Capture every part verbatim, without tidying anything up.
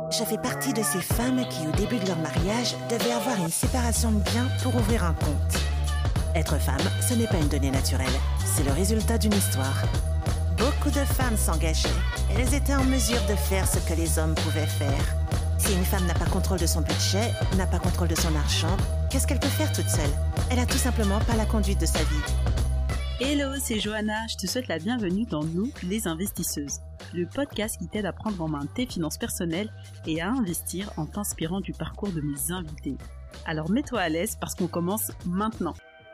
Je fais partie de ces femmes qui, au début de leur mariage, devaient avoir une séparation de biens pour ouvrir un compte. Être femme, ce n'est pas une donnée naturelle, c'est le résultat d'une histoire. Beaucoup de femmes s'engageaient. Elles étaient en mesure de faire ce que les hommes pouvaient faire. Si une femme n'a pas contrôle de son budget, n'a pas contrôle de son argent, qu'est-ce qu'elle peut faire toute seule? Elle a tout simplement pas la conduite de sa vie. Hello, c'est Johanna, je te souhaite la bienvenue dans Nous, les investisseuses, le podcast qui t'aide à prendre en main tes finances personnelles et à investir en t'inspirant du parcours de mes invités. Alors mets-toi à l'aise parce qu'on commence maintenant.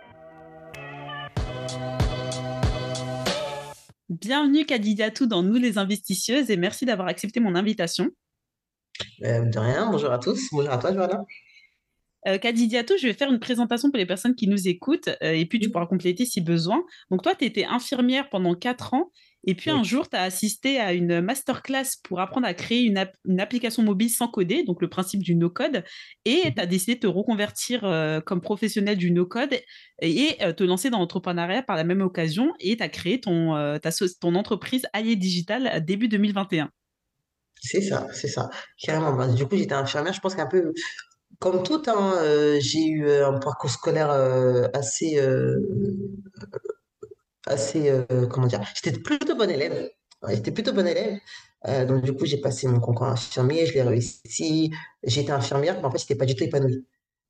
Bienvenue Kadidiatou dans Nous les investisseuses et merci d'avoir accepté mon invitation. Euh, de rien, bonjour à tous, bonjour à toi Johanna. Euh, Kadidiatou, je vais faire une présentation pour les personnes qui nous écoutent euh, et puis tu pourras compléter si besoin. Donc toi, tu étais infirmière pendant quatre ans et puis Oui. un jour, tu as assisté à une masterclass pour apprendre à créer une, app- une application mobile sans coder, donc le principe du no-code, et tu as décidé de te reconvertir euh, comme professionnel du no-code et, et, euh, te lancer dans l'entrepreneuriat par la même occasion et tu as créé ton, euh, ta so- ton entreprise Allier Digital euh, début deux mille vingt et un. C'est ça, c'est ça, carrément. Bah, du coup, j'étais infirmière, je pense qu'un peu comme tout, hein, euh, j'ai eu euh, un parcours scolaire euh, assez, euh, assez euh, comment dire, j'étais plutôt bonne élève. Ouais, j'étais plutôt bonne élève. Euh, donc, du coup, j'ai passé mon concours infirmier, je l'ai réussi. J'étais infirmière, mais en fait, j'étais pas du tout épanouie.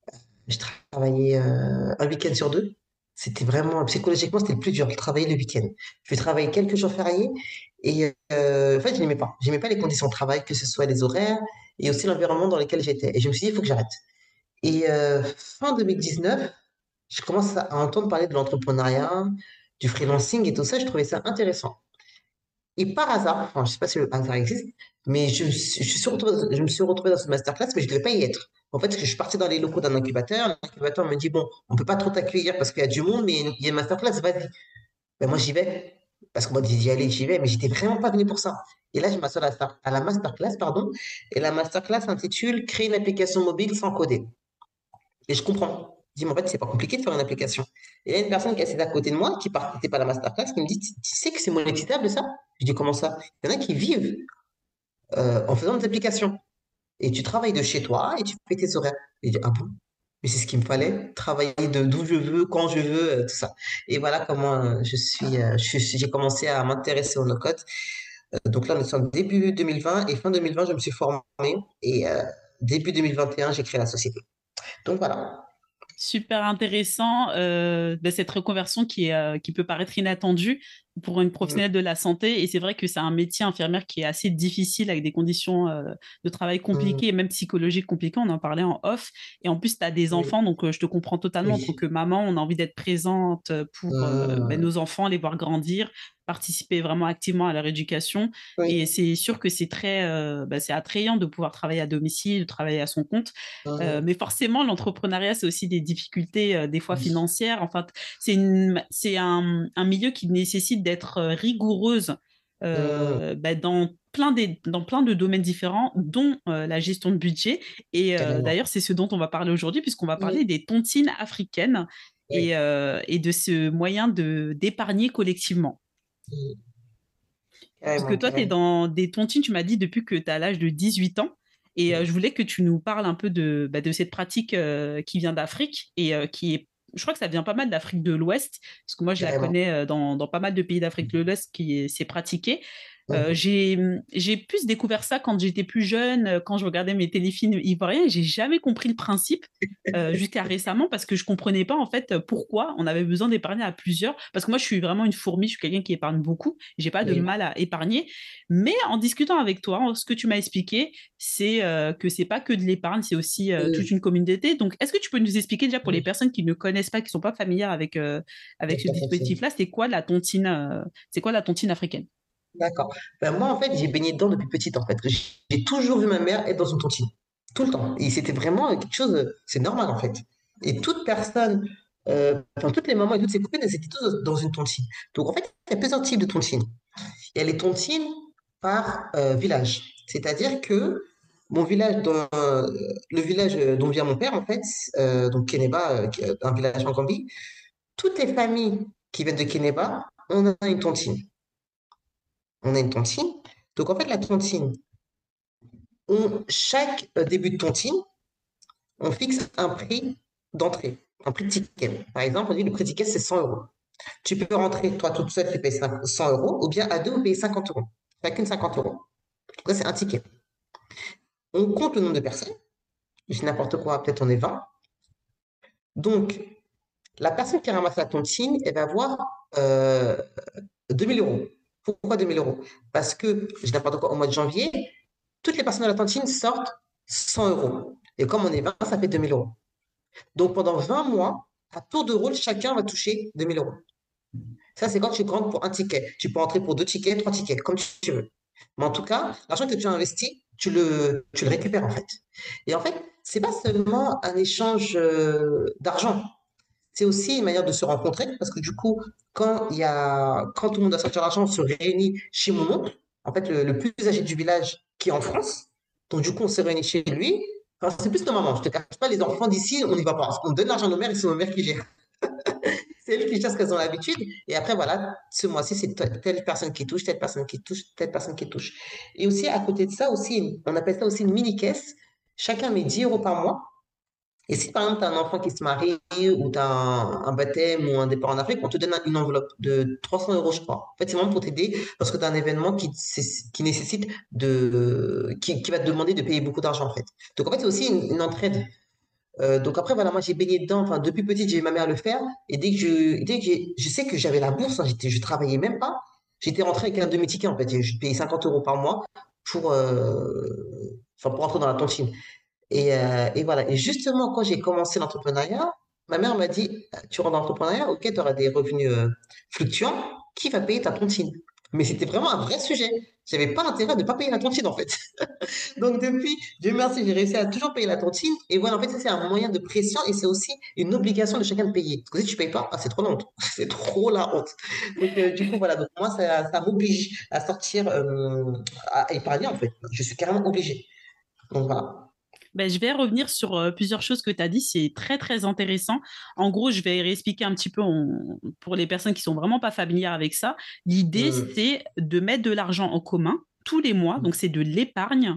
Je travaillais euh, un week-end sur deux. C'était vraiment, psychologiquement, c'était le plus dur, de travailler le week-end. Je travaillais quelques jours fériés et euh, en fait, je n'aimais pas. J'aimais pas les conditions de travail, que ce soit les horaires et aussi l'environnement dans lequel j'étais. Et je me suis dit, il faut que j'arrête. Et euh, fin deux mille dix-neuf, je commence à entendre parler de l'entrepreneuriat, du freelancing et tout ça. Je trouvais ça intéressant. Et par hasard, enfin, je sais pas si le hasard existe, mais je, me suis- je, suis retrouvée- je me suis retrouvée dans ce masterclass, mais je ne devais pas y être. En fait, parce que je suis partie dans les locaux d'un incubateur. L'incubateur me dit, bon, on peut pas trop t'accueillir parce qu'il y a du monde, mais il y a une masterclass, vas-y. Ben, moi, j'y vais. Parce qu'on m'a dit d'y aller, j'y vais, mais j'étais vraiment pas venue pour ça. Et là, je m'assois à la, star- à la masterclass, pardon, et la masterclass s'intitule Créer une application mobile sans coder. Et je comprends. Je dis, mais en fait, c'est pas compliqué de faire une application. Et il y a une personne qui est assise à côté de moi, qui participait pas à la masterclass, qui me dit, tu tu sais que c'est monétisable ça? Je dis, comment ça? Il y en a qui vivent euh, en faisant des applications. Et tu travailles de chez toi et tu fais tes horaires. Et je dis, ah bon? Mais c'est ce qu'il me fallait, travailler de d'où je veux, quand je veux, euh, tout ça. Et voilà comment euh, je suis, euh, je suis- j'ai commencé à m'intéresser au no-code. Euh, donc là, nous sommes début deux mille vingt et fin deux mille vingt, je me suis formé et euh, début deux mille vingt et un, j'ai créé la société. Donc voilà. Super intéressant euh, de cette reconversion qui, est, euh, qui peut paraître inattendue pour une Mm, professionnelle de la santé. Et c'est vrai que c'est un métier infirmière qui est assez difficile avec des conditions euh, de travail mm, compliquées et même psychologiques compliquées. On en parlait en off. Et en plus, tu as des oui, enfants, donc euh, je te comprends totalement. En tant oui. que maman, on a envie d'être présente pour euh, ben, Mm, nos enfants, les voir grandir, participer vraiment activement à leur éducation. Et oui. c'est sûr que c'est très, euh, ben, c'est attrayant de pouvoir travailler à domicile, de travailler à son compte. Euh, Mm, mais forcément, l'entrepreneuriat, c'est aussi des difficultés, euh, des fois oui, financières. Enfin, c'est une, c'est un, un milieu qui nécessite d'être euh, rigoureuse mm, euh, bah, dans plein des, dans plein de domaines différents, dont euh, la gestion de budget. Et euh, carrément. d'ailleurs, c'est ce dont on va parler aujourd'hui, puisqu'on va parler Mm, des tontines africaines oui, et, euh, et de ce moyen de d'épargner collectivement. mm, Parce que carrément, toi, tu es carrément. dans des tontines, tu m'as dit, depuis que tu as l'âge de dix-huit ans. Et euh, Mm, je voulais que tu nous parles un peu de, bah, de cette pratique euh, qui vient d'Afrique et euh, qui est, je crois que ça vient pas mal d'Afrique de l'Ouest, parce que moi, je la carrément. connais euh, dans, dans pas mal de pays d'Afrique de l'Ouest qui est- s'est pratiquée. Euh, Mm, j'ai, j'ai plus découvert ça quand j'étais plus jeune, euh, quand je regardais mes téléfilms ivoiriens. J'ai jamais compris le principe euh, jusqu'à récemment parce que je comprenais pas en fait pourquoi on avait besoin d'épargner à plusieurs. Parce que moi, je suis vraiment une fourmi, je suis quelqu'un qui épargne beaucoup. J'ai pas de oui. mal à épargner. Mais en discutant avec toi, ce que tu m'as expliqué, c'est euh, que c'est pas que de l'épargne, c'est aussi euh, toute Mm, une communauté. Donc, est-ce que tu peux nous expliquer déjà pour les oui. personnes qui ne connaissent pas, qui sont pas familières avec euh, avec Donc, ce la tontine. dispositif-là, c'est quoi la tontine euh, c'est quoi la tontine africaine? D'accord. Ben, moi, en fait, j'ai baigné dedans depuis petite, en fait. J'ai toujours vu ma mère être dans une tontine. Tout le temps. Et c'était vraiment quelque chose, euh, c'est normal, en fait. Et toute personne, euh, enfin, toutes les mamans et toutes ses copines, elles étaient toutes dans une tontine. Donc, en fait, il y a plusieurs types de tontines. Il y a les tontines par euh, village. C'est-à-dire que mon village, dans, euh, le village dont vient mon père, en fait, euh, donc Kénéba, euh, qui est un village en Gambie, toutes les familles qui viennent de Kénéba, on a une tontine. On a une tontine. Donc, en fait, la tontine, on, chaque euh, début de tontine, on fixe un prix d'entrée, un prix de ticket. Par exemple, on dit le prix de ticket, c'est cent euros. Tu peux rentrer, toi, toute seule, tu payes cent euros, ou bien à deux, vous payez cinquante euros. Chacune cinquante euros. Ça, c'est un ticket. On compte le nombre de personnes. Je dis n'importe quoi, peut-être on est vingt. Donc, la personne qui ramasse la tontine, elle va avoir euh, deux mille euros. Pourquoi deux mille euros? Parce que, je dis n'importe quoi, au mois de janvier, toutes les personnes de la tontine sortent cent euros. Et comme on est vingt, ça fait deux mille euros. Donc, pendant vingt mois, à tour de rôle, chacun va toucher deux mille euros. Ça, c'est quand tu rentres pour un ticket. Tu peux entrer pour deux tickets, trois tickets, comme tu veux. Mais en tout cas, l'argent que tu as investi, tu le, tu le récupères en fait. Et en fait, c'est pas seulement un échange euh, d'argent, c'est aussi une manière de se rencontrer parce que du coup, quand il y a, quand tout le monde a sorti l'argent, on se réunit chez mon oncle, en fait, le, le plus âgé du village qui est en France. Donc du coup, on se réunit chez lui. Enfin, c'est plus nos mamans, je te cache pas, les enfants d'ici, on n'y va pas. On donne l'argent à nos mères et c'est nos mères qui gèrent. C'est elles qui gèrent ce qu'elles ont l'habitude. Et après, voilà, ce mois-ci, c'est telle personne qui touche, telle personne qui touche, telle personne qui touche. Et aussi, à côté de ça, aussi, on appelle ça aussi une mini-caisse. Chacun met dix euros par mois. Et si par exemple, tu as un enfant qui se marie ou tu as un, un baptême ou un départ en Afrique, on te donne une enveloppe de trois cents euros, je crois. En fait, c'est vraiment pour t'aider parce que tu as un événement qui, qui nécessite de, qui, qui va te demander de payer beaucoup d'argent, en fait. Donc, en fait, c'est aussi une, une entraide. Euh, donc après, voilà, moi j'ai baigné dedans. Enfin, depuis petite, j'ai vu ma mère le faire. Et dès que je, dès que j'ai- je sais que j'avais la bourse, hein, j'étais, je travaillais même pas. J'étais rentré avec un demi-ticket en fait. Je payais cinquante euros par mois pour, euh, enfin, pour entrer dans la tontine. Et, euh, et voilà. Et justement, quand j'ai commencé l'entrepreneuriat, ma mère m'a dit, tu rentres dans l'entrepreneuriat, ok, tu auras des revenus euh, fluctuants. Qui va payer ta tontine? Mais c'était vraiment un vrai sujet. J'avais pas intérêt de ne pas payer la tontine en fait. Donc depuis, Dieu merci, j'ai réussi à toujours payer la tontine. Et voilà, en fait, ça, c'est un moyen de pression et c'est aussi une obligation de chacun de payer. Parce que si tu payes pas, ah, c'est trop la honte. C'est trop la honte. Donc euh, du coup, voilà. Donc moi, ça, ça m'oblige à sortir, euh, à épargner en fait. Je suis carrément obligé. Donc voilà. Ben, je vais revenir sur euh, plusieurs choses que tu as dit, c'est très très intéressant. En gros, je vais réexpliquer un petit peu on- pour les personnes qui sont vraiment pas familières avec ça. L'idée, Mm, c'est de mettre de l'argent en commun tous les mois, mm, donc c'est de l'épargne.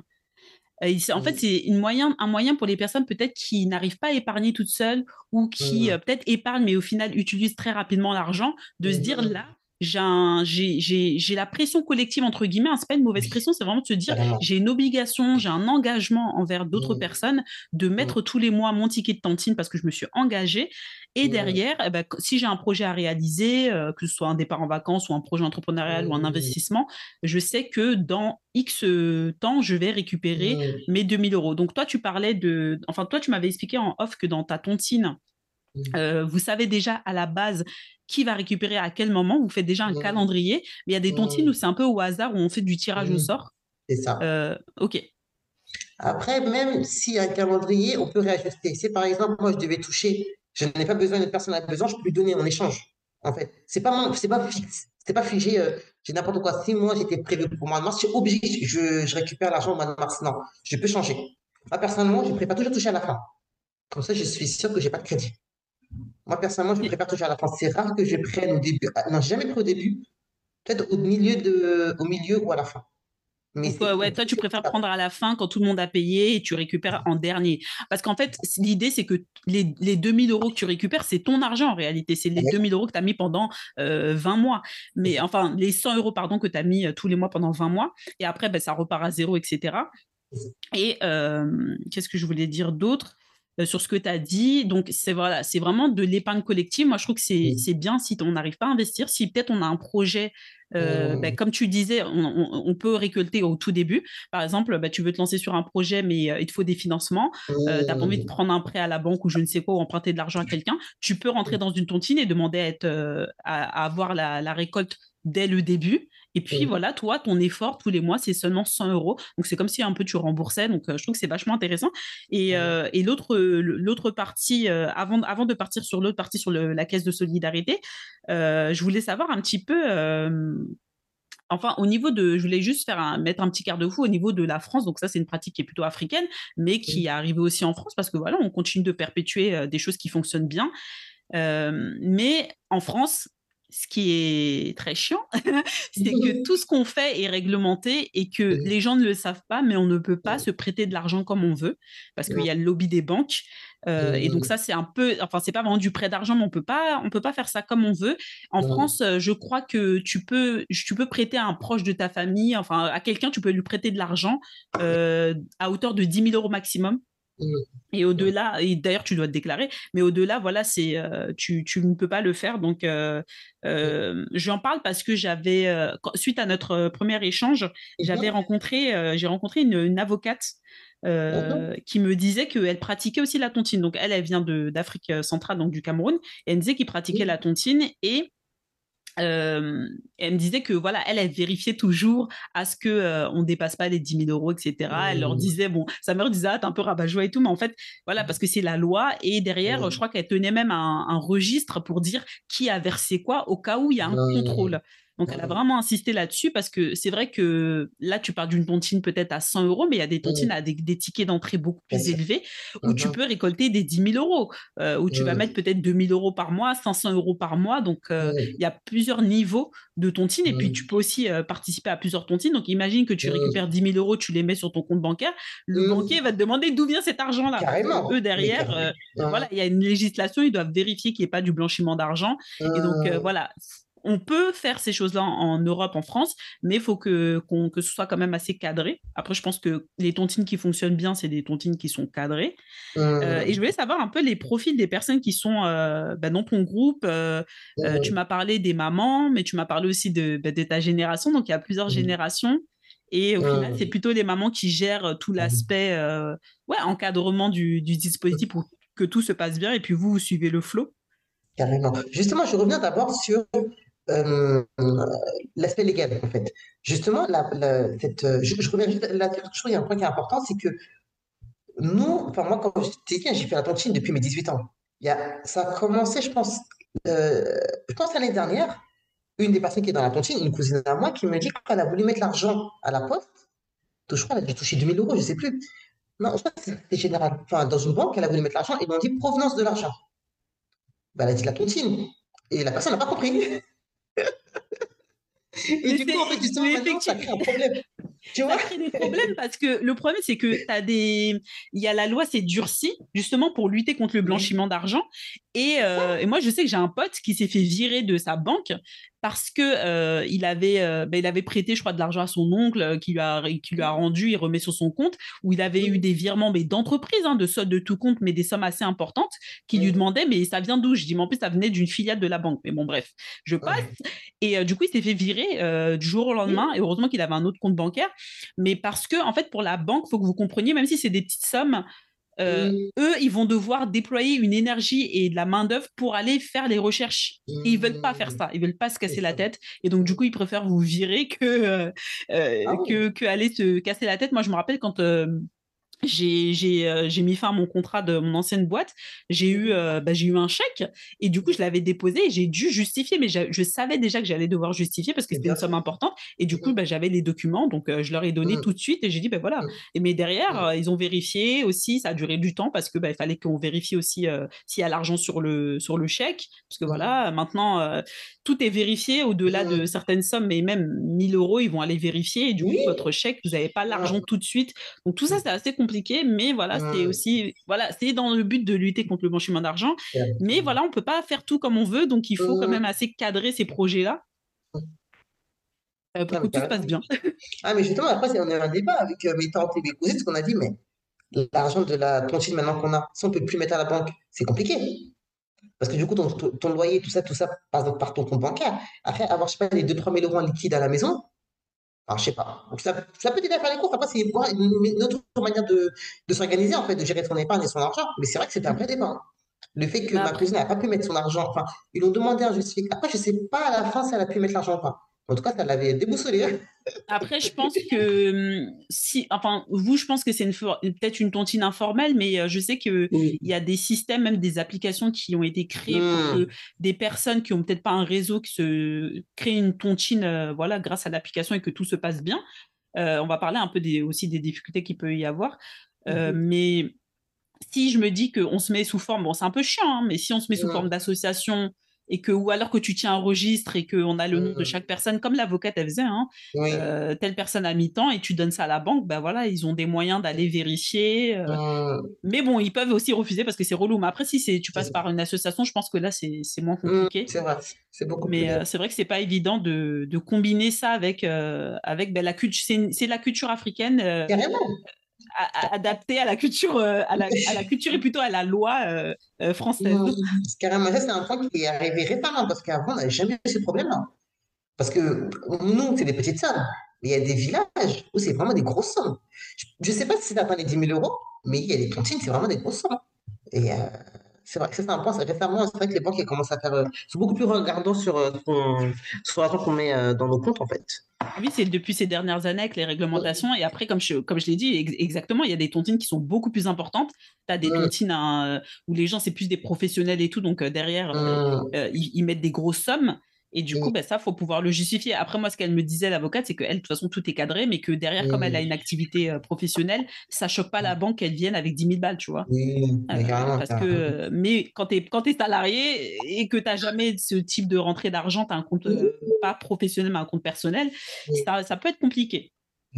Et c'est- en fait, mm, c'est une moyen, un moyen pour les personnes peut-être qui n'arrivent pas à épargner toutes seules ou qui euh, mm, peut-être épargnent mais au final utilisent très rapidement l'argent, de se dire mm. là, j'ai un- j'ai j'ai- j'ai la pression collective, entre guillemets, hein, c'est pas une mauvaise Oui, pression, c'est vraiment de se dire carrément. j'ai une obligation, j'ai un engagement envers d'autres Mm, personnes de mm, mettre tous les mois mon ticket de cantine parce que je me suis engagée. Et mm, derrière, eh ben, si j'ai un projet à réaliser, euh, que ce soit un départ en vacances ou un projet entrepreneurial ou un mm, investissement, je sais que dans X temps, je vais récupérer mm, mes deux mille euros. Donc toi, tu parlais de... Enfin, toi, tu m'avais expliqué en off que dans ta tontine, mm, euh, vous savez déjà à la base qui va récupérer à quel moment. Vous faites déjà un mm, calendrier. Mais il y a des tontines où mm, c'est un peu au hasard, où on fait du tirage au mm. sort. C'est ça. Euh, ok. Après, même s'il y a un calendrier, on peut réajuster. Si par exemple, moi, je devais toucher, je n'ai pas besoin, une personne a besoin, je peux lui donner en échange. En fait, c'est pas, mon- c'est pas fixe. C'est pas figé. Euh, j'ai n'importe quoi. Si moi, j'étais prévu pour le mois de mars, je suis obligé, je, je récupère l'argent au mois de mars. Non, je peux changer. Moi, personnellement, je préfère toujours toucher à la fin. Comme ça, je suis sûr que j'ai pas de crédit. Moi, personnellement, je préfère toucher à la fin. C'est rare que je prenne au début. Ah, non, j'ai jamais pris au début. Peut-être au milieu de, au milieu ou à la fin. Mais Donc, c'est euh, ouais, tout. toi, tu C'est préfères ça. prendre à la fin quand tout le monde a payé et tu récupères en dernier. Parce qu'en fait, l'idée, c'est que les, les deux mille euros que tu récupères, c'est ton argent en réalité. C'est les deux Ouais, mille euros que tu as mis pendant euh, vingt mois. c'est Mais ça. enfin, les cent euros, pardon, que tu as mis euh, tous les mois pendant vingt mois. Et après, ben, ça repart à zéro, et cetera. C'est ça. Et euh, qu'est-ce que je voulais dire d'autre euh, sur ce que tu as dit? Donc, c'est voilà, c'est vraiment de l'épargne collective. Moi, je trouve que c'est Oui. c'est bien si on n'arrive pas à investir. Si peut-être on a un projet, euh, ben, Mmh. comme tu disais, on, on- on peut récolter au tout début. Par exemple, ben, tu veux te lancer sur un projet, mais euh, il te faut des financements. Euh, tu n'as pas envie de Mmh. prendre un prêt à la banque ou je ne sais quoi, ou emprunter de l'argent à quelqu'un. Tu peux rentrer dans une tontine et demander à, être, euh, à, à avoir la, la récolte dès le début. Et puis Mmh. voilà, toi, ton effort tous les mois, c'est seulement cent euros. Donc c'est comme si un peu tu remboursais. Donc euh, je trouve que c'est vachement intéressant. Et, Mmh. euh, et l'autre, euh, l'autre partie, euh, avant, avant de partir sur l'autre partie, sur le- la caisse de solidarité, euh, je voulais savoir un petit peu, euh, enfin au niveau de, je voulais juste faire un, mettre un petit garde-fou au niveau de la France. Donc ça, c'est une pratique qui est plutôt africaine, mais qui est arrivée aussi en France parce que voilà, on continue de perpétuer euh, des choses qui fonctionnent bien. Euh, mais en France, Ce qui est très chiant, c'est que tout ce qu'on fait est réglementé et que Mmh. les gens ne le savent pas, mais on ne peut pas se prêter de l'argent comme on veut parce qu'il y a le lobby des banques, heu et donc Mmh. ça, c'est un peu enfin, c'est pas vraiment du prêt d'argent, mais on peut pas on peut pas faire ça comme on veut. En Mmh. France, heu, je crois que tu peux tu peux prêter à un proche de ta famille, enfin, à quelqu'un, tu peux lui prêter de l'argent, heu, à hauteur de dix mille euros maximum. Mmh. Et Mmh. au-delà, et d'ailleurs tu dois te déclarer, mais au-delà, voilà, c'est euh, tu, tu ne peux pas le faire. Donc, euh, euh, j'en parle parce que j'avais, euh, quand- suite à notre euh, premier échange, j'avais Mmh. rencontré, euh, j'ai rencontré une, une avocate Mmh. euh, qui me disait qu'elle pratiquait aussi la tontine. Donc, elle, elle vient de, d'Afrique centrale, donc du Cameroun, et elle me disait qu'il pratiquait la Mmh. tontine et euh, elle me disait que voilà, elle, elle vérifiait toujours à ce que euh, on dépasse pas les dix mille euros, et cetera. Elle leur Mmh. disait, bon, sa mère disait, ah, t'es un peu rabat-joie et tout, mais en fait, voilà, parce que c'est la loi. Et derrière, je Mmh. crois qu'elle tenait même un, un registre pour dire qui a versé quoi au cas où il y a un Mmh. contrôle. Donc, elle a vraiment insisté là-dessus parce que c'est vrai que là, tu parles d'une tontine peut-être à cent euros, mais il y a des tontines Mmh. à des, des tickets d'entrée beaucoup Bien plus sûr. élevés où tu Mmh. peux récolter des dix mille euros, euh, où tu vas mettre Mmh. peut-être deux mille euros par mois, cinq cents euros par mois. Donc, euh, Mmh. il y a plusieurs niveaux de tontines et puis tu Mmh. peux aussi euh, participer à plusieurs tontines. Donc imagine que tu récupères Mmh. dix mille euros, tu les mets sur ton compte bancaire, le banquier Mmh. va te demander d'où vient cet argent-là parce que eux Carrément, mais derrière, carrément. euh, Mmh. voilà, il y a une législation, ils doivent vérifier qu'il n'y ait pas du blanchiment d'argent et donc euh, Mmh. voilà. On peut faire ces choses-là en, en Europe, en France, mais il faut que, qu'on, que ce soit quand même assez cadré. Après, je pense que les tontines qui fonctionnent bien, c'est des tontines qui sont cadrées. Euh, et je Mmh. voulais savoir un peu les profils des personnes qui sont euh, bah, dans ton groupe. Euh, euh, tu Mmh. m'as parlé des mamans, mais tu m'as parlé aussi de, bah, de ta génération. Donc, il y a plusieurs Mmh. générations. Et au final, c'est Mmh. plutôt les mamans qui gèrent tout Mmh. l'aspect euh, ouais, encadrement du, du dispositif pour que tout se passe bien. Et puis, vous, vous suivez le flot. Carrément. Justement, je reviens d'abord sur euh, l'aspect légal, en fait. Justement, la, la- cette, euh, je, je reviens juste là-dessus, parce que je trouve qu'il y a un point qui est important, c'est que nous, enfin moi, quand j'étais dit, j'ai fait la tontine depuis mes dix-huit ans. Il y a, ça a commencé, je pense, euh, je pense l'année dernière, une des personnes qui est dans la tontine, une cousine à moi, qui me dit qu'elle a voulu mettre l'argent à la poste. Je crois qu'elle a dû toucher deux mille euros, je ne sais plus. Non, je crois que c'était général. Enfin, dans une banque, elle a voulu mettre l'argent, ils m'ont dit provenance de l'argent. Ben, elle a dit la tontine. Et la personne n'a pas compris. Et Mais, du coup, en fait, c'est, justement, mais maintenant, ça effectivement, crée un problème. Tu ça vois? crée des problèmes parce que le problème, c'est que t'as des. Il y a la loi s'est durcie justement pour lutter contre le Oui, blanchiment d'argent. Et, c'est ça. euh, et moi, je sais que j'ai un pote qui s'est fait virer de sa banque parce que euh, il avait, euh, ben, il avait prêté, je crois, de l'argent à son oncle euh, qui lui a, qui lui a rendu, il remet sur son compte, où il avait eu Oui, des virements mais d'entreprise, hein, de solde de tout compte, mais des sommes assez importantes, qui lui oui, demandaient, mais ça vient d'où? Je dis, mais en plus, ça venait d'une filiale de la banque. Mais bon, bref, je passe. oui, Et euh, du coup, il s'est fait virer euh, du jour au lendemain. oui, Et heureusement qu'il avait un autre compte bancaire. Mais parce que, en fait, pour la banque, il faut que vous compreniez, même si c'est des petites sommes, euh, oui, eux, ils vont devoir déployer une énergie et de la main-d'œuvre pour aller faire les recherches. Et ils veulent pas faire oui, ça, ils veulent pas se c'est casser la ça. tête. Et donc, du coup, ils préfèrent vous virer que, euh, Ah euh, oui. que, que aller se casser la tête. Moi, je me rappelle quand euh, j'ai j'ai euh, j'ai mis fin à mon contrat de mon ancienne boîte, j'ai eu euh, bah, j'ai eu un chèque et du coup je l'avais déposé et j'ai dû justifier, mais je, je savais déjà que j'allais devoir justifier parce que Mais c'était une bien somme sûr. importante et du coup bah, j'avais les documents, donc euh, je leur ai donné tout de suite et j'ai dit ben voilà. Et mais derrière euh, ils ont vérifié aussi, ça a duré du temps parce que bah, il fallait qu'on vérifie aussi euh, s'il y a l'argent sur le sur le chèque parce que voilà maintenant euh, tout est vérifié au-delà de certaines sommes, mais même mille euros ils vont aller vérifier et du coup Oui. votre chèque vous n'avez pas l'argent tout de suite, donc tout ça, c'est assez compliqué, mais voilà, c'est Hum, aussi, voilà, c'est dans le but de lutter contre le blanchiment d'argent. Mais hum, voilà, on peut pas faire tout comme on veut, donc il faut quand même assez cadrer ces projets-là euh, pour non, que mais tout se passe carrément. bien. Ah, mais justement, après, c'est- on a eu un débat avec euh, mes tantes et mes cousines, parce qu'on a dit, mais l'argent de la tontine maintenant qu'on a, si on ne peut plus mettre à la banque, c'est compliqué. Parce que du coup, ton, ton, ton loyer, tout ça, tout ça passe donc par ton compte bancaire. Après, avoir, je sais pas, les deux trois mille euros en liquide à la maison, alors, je sais pas. Donc, ça, ça peut t'aider à faire les courses. Après, c'est voir une, une autre manière de, de s'organiser, en fait, de gérer son épargne et son argent. Mais c'est vrai que c'était un vrai débat. Le fait que Bah ma après, cousine n'a pas pu mettre son argent, enfin, ils l'ont demandé un justificatif. Après, je sais pas à la fin si elle a pu mettre l'argent ou pas. En tout cas, ça l'avait déboussolé. après, je pense que hum, si, enfin, vous, je pense que c'est une for- peut-être une tontine informelle, mais euh, je sais qu'il Oui. y a des systèmes, même des applications qui ont été créées pour que Hmm. des personnes qui ont peut-être pas un réseau qui se créent une tontine, euh, voilà, grâce à l'application et que tout se passe bien. Euh, on va parler un peu des, aussi des difficultés qu'il peut y avoir. Euh, Mhm. mais si je me dis qu'on se met sous forme, bon, c'est un peu chiant, hein, mais si on se met sous Hmm. forme d'association et que, ou alors que tu tiens un registre et qu'on a le nom de Mmh. chaque personne, comme l'avocate, elle faisait, hein, Oui. euh, telle personne a mis tant et tu donnes ça à la banque, ben voilà, ils ont des moyens d'aller vérifier. euh. Mmh. Mais bon, ils peuvent aussi refuser parce que c'est relou. Mais après, si c'est, tu C'est passes ça. par une association, je pense que là, c'est c'est moins Mmh, compliqué. c'est vrai, c'est beaucoup plus Mais euh, bien. c'est vrai que c'est pas évident de, de combiner ça avec, euh, avec ben, la culture. C'est une- c'est la culture africaine euh, Carrément. a- a- adaptée à la culture, euh, à la, à la culture et plutôt à la loi euh, euh, française. Mmh, carrément, ça, c'est un point qui est arrivé récemment parce qu'avant, on n'avait jamais eu ce problème-là. Parce que nous, c'est des petites sommes. Mais il y a des villages où c'est vraiment des grosses sommes. Je ne sais pas si c'est atteint les dix mille euros, mais il y a des tontines, c'est vraiment des grosses sommes. Et euh, c'est vrai que ça, c'est un point. Récemment, c'est vrai que les banques elles commencent à faire. euh, sont beaucoup plus regardants sur, euh, son- sur l'argent qu'on met euh, dans nos comptes, en fait. Oui, c'est depuis ces dernières années avec les réglementations. Et après, comme je, comme je l'ai dit, ex- exactement, il y a des tontines qui sont beaucoup plus importantes. Tu as des Mmh, tontines hein, euh, où les gens, c'est plus des professionnels et tout. Donc, euh, derrière, euh, mmh, euh, ils, ils mettent des grosses sommes. Et du coup, mmh, ben, ça, faut pouvoir le justifier. Après, moi, ce qu'elle me disait, l'avocate, c'est qu'elle, de toute façon, tout est cadré, mais que derrière, comme elle a une mmh. activité euh, professionnelle, ça choque pas la banque qu'elle vienne avec dix mille balles, tu vois. Oui, mais Euh, carrément, parce que, carrément. euh, mais quand tu es, quand t'es salarié et que tu n'as jamais ce type de rentrée d'argent, tu as un compte Oui, euh, pas professionnel, mais un compte personnel, oui, ça, ça peut être compliqué.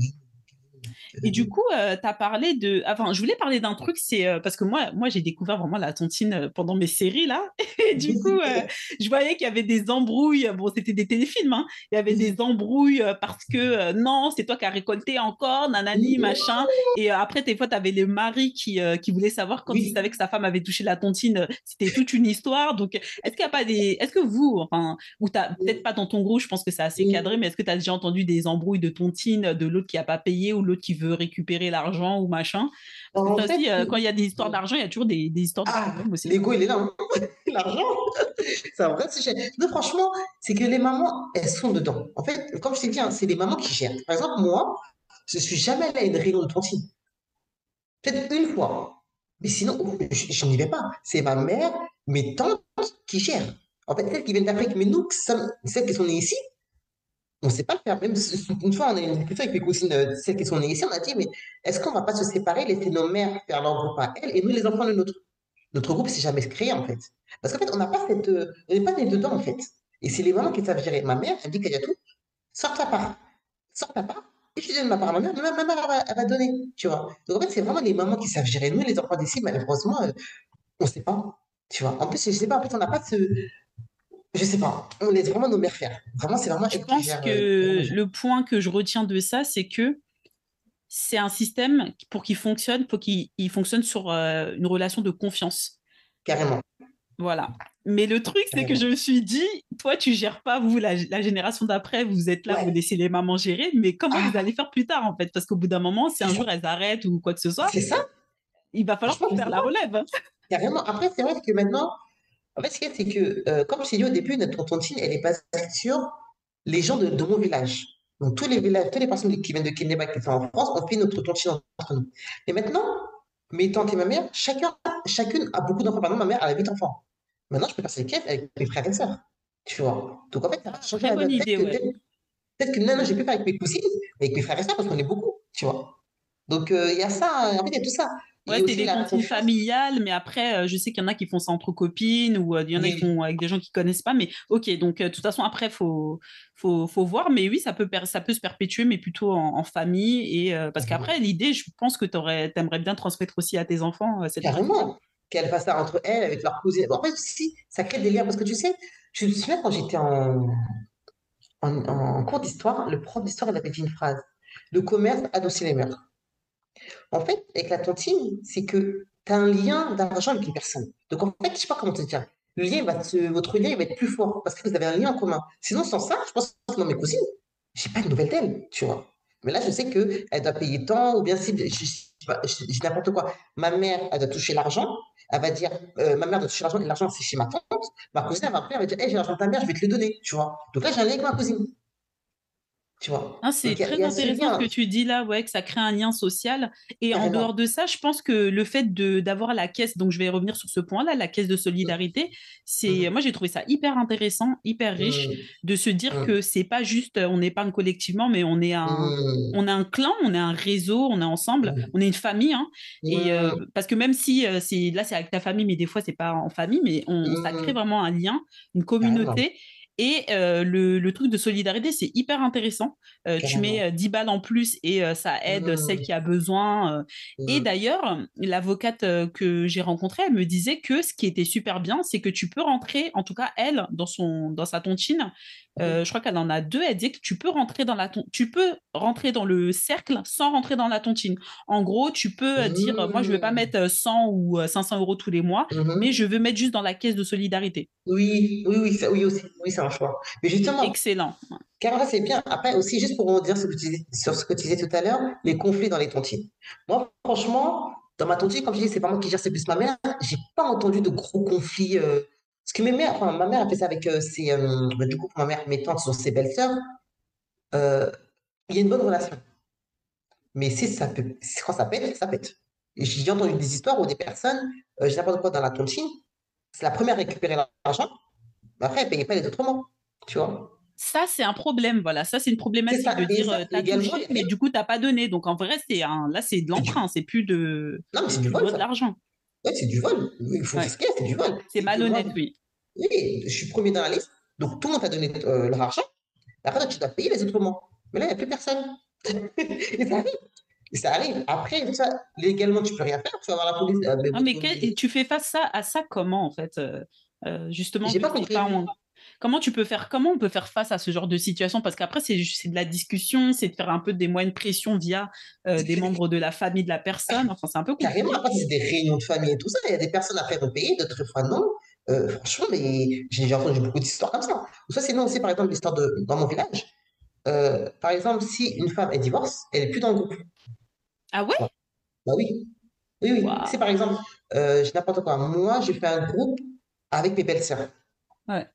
Et du oui. coup, euh, tu as parlé de. Enfin, je voulais parler d'un truc, c'est euh, parce que moi, moi j'ai découvert vraiment la tontine euh, pendant mes séries, là. Et du coup, euh, je voyais qu'il y avait des embrouilles. Bon, c'était des téléfilms, hein. Il y avait des embrouilles euh, parce que euh, non, c'est toi qui as récolté encore, nanani, machin. Et euh, après, des fois, tu avais le mari qui, euh, qui voulait savoir quand il Oui. savait que sa femme avait touché la tontine. euh, C'était toute une histoire. Donc, est-ce qu'il y a pas des. Est-ce que vous, enfin, ou t'as peut-être pas dans ton groupe, je pense que c'est assez cadré, mais est-ce que tu as déjà entendu des embrouilles de tontine, de l'autre qui a pas payé ou l'autre qui veut récupérer l'argent ou machin? Parce que En ça fait, aussi, euh, quand il y a des histoires d'argent, il y a toujours des, des histoires de ah, problèmes aussi. l'ego, il est là, hein. L'argent, c'est un vrai sujet. Non, franchement, c'est que les mamans, elles sont dedans. En fait, comme je t'ai dit, hein, c'est les mamans qui gèrent. Par exemple, moi, je suis jamais allée à une réunion de tontine. Peut-être une fois. Mais sinon, je, je n'y vais pas. C'est ma mère, mes tantes qui gèrent. En fait, celles qui viennent d'Afrique. Mais nous, sommes- celles qui sont nées ici, on ne sait pas le faire. Même si- une fois, on a eu une discussion avec mes cousines, euh, celles qui sont nées ici, on a dit, mais est-ce qu'on ne va pas se séparer, laisser nos mères faire leur groupe à elles et nous, les enfants, le nôtre? Notre groupe s'est jamais créé, en fait. Parce qu'en fait, on n'a pas cette, euh, on n'est pas né dedans, en fait. Et c'est les mamans qui savent gérer. Ma mère, elle dit qu'il y a tout. Sors ta part. Sors ta part. Et je donne ma part à ma mère. Ma, ma mère, elle va, elle va donner. Tu vois. Donc, en fait, c'est vraiment les mamans qui savent gérer. Nous, les enfants d'ici, malheureusement, euh, on ne sait pas. Tu vois. En plus, je sais pas, en fait, on n'a pas ce. Je sais pas. On laisse vraiment nos mères faire. Vraiment, c'est vraiment Je elles qui pense gèrent. Euh, qui gèrent que l'argent. le point que je retiens de ça, c'est que c'est un système qui, pour qu'il fonctionne, faut qu'il il fonctionne sur euh, une relation de confiance. Carrément. Voilà. Mais le truc, c'est que je Carrément. me suis dit, toi, tu gères pas, vous, la, la génération d'après, vous êtes là, vous Ouais. laissez les mamans gérer, mais comment vous Ah, allez faire plus tard, en fait? Parce qu'au bout d'un moment, si c'est un ça. jour elles arrêtent ou quoi que ce soit, C'est ça. il va falloir Franchement, je faire sais la pas. relève, hein. Carrément. Après, c'est vrai que maintenant, en fait, ce qu'il y a, c'est que, euh, comme je t'ai dit au début, notre tontine, elle est basée sur les gens de, de mon village. Donc, tous les villages, toutes les personnes qui viennent de Kenya, qui sont en France, on fait notre tontine entre nous. Et maintenant, mes tantes et ma mère, chacun, chacune a beaucoup d'enfants. Par exemple, ma mère, elle a huit enfants. Maintenant, je peux passer les caisses avec mes frères et sœurs. Tu vois. Donc, en fait, ça va changer Très la bonne donne. Peut-être idée, que, ouais. peut-être, peut-être que non, non, j'ai pu faire avec mes cousines, mais avec mes frères et sœurs, parce qu'on est beaucoup. Tu vois. Donc, euh, il y a ça, en fait, il y a tout ça. Ouais, Et c'est aussi des la tontines confiance. familiales, mais après, euh, je sais qu'il y en a qui font ça entre copines ou euh, il y en a qui Oui, font avec des gens qui connaissent pas. Mais ok, donc euh, de toute façon, après, faut, faut, faut voir. Mais oui, ça peut, per- ça peut se perpétuer, mais plutôt en, en famille. Et, euh, parce qu'après, l'idée, je pense que tu aimerais bien transmettre aussi à tes enfants euh, cette pratique-là. carrément. Qu'elles fassent ça entre elles, avec leurs cousines. Bon, en fait, si, ça crée des liens. Parce que tu sais, je me souviens quand j'étais en, en, en cours d'histoire, le prof d'histoire, il avait dit une phrase. Le commerce adoucit les mœurs. En fait, avec la tontine, c'est que tu as un lien d'argent avec une personne. Donc, en fait, je sais pas comment te dire. Le lien, il va se- votre lien, il va être plus fort parce que vous avez un lien en commun. Sinon, sans ça, je pense que moi, mes cousines, j'ai pas de nouvelles d'elles, tu vois. Mais là, je sais qu'elle doit payer tant, ou bien si, je, je, je- je dis n'importe quoi. Ma mère, elle doit toucher l'argent. Elle va dire, euh, ma mère doit toucher l'argent, et l'argent, c'est chez ma tante. Ma cousine, elle va appeler, elle va dire, hey, j'ai l'argent de ta mère, je vais te le donner, tu vois. Donc là, j'ai un lien avec ma cousine. tu vois. Hein, Donc, c'est il y, a il très y a ce intéressant ce que lien, tu dis là, ouais, que ça crée un lien social. Et en dehors carrément. de ça, je pense que le fait de d'avoir la caisse, donc je vais revenir sur ce point-là, la caisse de solidarité, c'est, Mhm, moi j'ai trouvé ça hyper intéressant, hyper riche, mhm, de se dire mhm, que c'est pas juste euh, on épargne collectivement, mais on est un mhm, on a un clan, on est un réseau, on est ensemble, mhm, on est une famille, hein. Et euh, mhm, parce que même si euh, c'est là c'est avec ta famille, mais des fois c'est pas en famille, mais on, ça crée mhm, vraiment un lien, une carrément, communauté. Et euh, le, le truc de solidarité, c'est hyper intéressant. Euh, tu mets carrément. euh, dix balles en plus et euh, ça aide celle Mhm, qui a besoin. euh. Et mhm, d'ailleurs, l'avocate euh, que j'ai rencontrée, elle me disait que ce qui était super bien, c'est que tu peux rentrer, en tout cas elle, dans son, dans sa tontine. mhm, Euh, je crois qu'elle en a deux. Elle dit que tu peux rentrer dans la ton- tu peux rentrer dans le cercle sans rentrer dans la tontine. En gros, tu peux euh, dire, euh, moi, je vais pas mhm, mettre euh, cent ou euh, cinq cents euros tous les mois, mais mhm. je veux mettre juste dans la caisse de solidarité. Oui, oui, oui, ça- oui aussi, oui, c'est un choix. Mais justement, Excellent. Carla, c'est bien. Après aussi, juste pour rebondir sur ce que tu disais, sur ce que tu disais tout à l'heure, les conflits dans les tontines. Moi, franchement, dans ma tontine, comme je dis, c'est pas moi qui gère, c'est plus ma mère. J'ai pas entendu de gros conflits. Euh, parce que mes mères, enfin, ma mère a fait ça avec euh, ses, euh, bah, du coup, ma mère, mes tantes sont ses belles-sœurs. Euh, il y a une bonne relation. Mais si ça peut, si- quand ça pète, ça pète. Et j'ai entendu des histoires où des personnes, euh, j'ai n'importe quoi dans la tontine, c'est la première à récupérer l'argent, mais après, elle payait pas les autres mois. Tu vois? Ça, c'est un problème, voilà. Ça, c'est une C'est problématique de ça. Et dire, ça, euh, t'as légalement, il touché, n'y a mais rien. du coup, t'as pas donné. Donc, en vrai, c'est un, là, c'est de C'est du l'emprunt, c'est plus de, Non, mais c'est du du vol, droit de ça. l'argent. Ouais, c'est du vol. Il faut dire Ouais. ce qu'il y a, c'est du vol. C'est C'est que moi, malhonnête, oui. oui, je suis premier dans la liste, donc tout le monde t'a donné euh, leur argent. Après, toi, tu dois payer les autres mois. Mais là, il n'y a plus personne. Et ça arrive. Et ça arrive. Après, tu vois, légalement, tu peux rien faire. Tu vas voir la police. euh, mais Ah, mais votre... que- et tu fais face ça, à ça comment, en fait euh, euh, justement, J'ai que pas c'est pas compris. en- Comment tu peux faire, comment on peut faire face à ce genre de situation? Parce qu'après, c'est ju- c'est de la discussion, c'est de faire un peu des moyens de pression via euh, des membres de la famille de la personne. Enfin, c'est un peu Carrément, compliqué. après, c'est des réunions de famille et tout ça. Il y a des personnes après qui ont payé, d'autres fois non. Euh, franchement, mais j'ai déjà entendu beaucoup d'histoires comme ça. Ou ça, sinon aussi, par exemple, l'histoire de dans mon village. Euh, par exemple, si une femme est divorce, elle est plus dans le groupe. Ah ouais? Tu vois. Bah oui. Oui, oui. C'est Waouh. par exemple, euh, je n'importe quoi. Moi, je fais un groupe avec mes belles-sœurs. Ouais.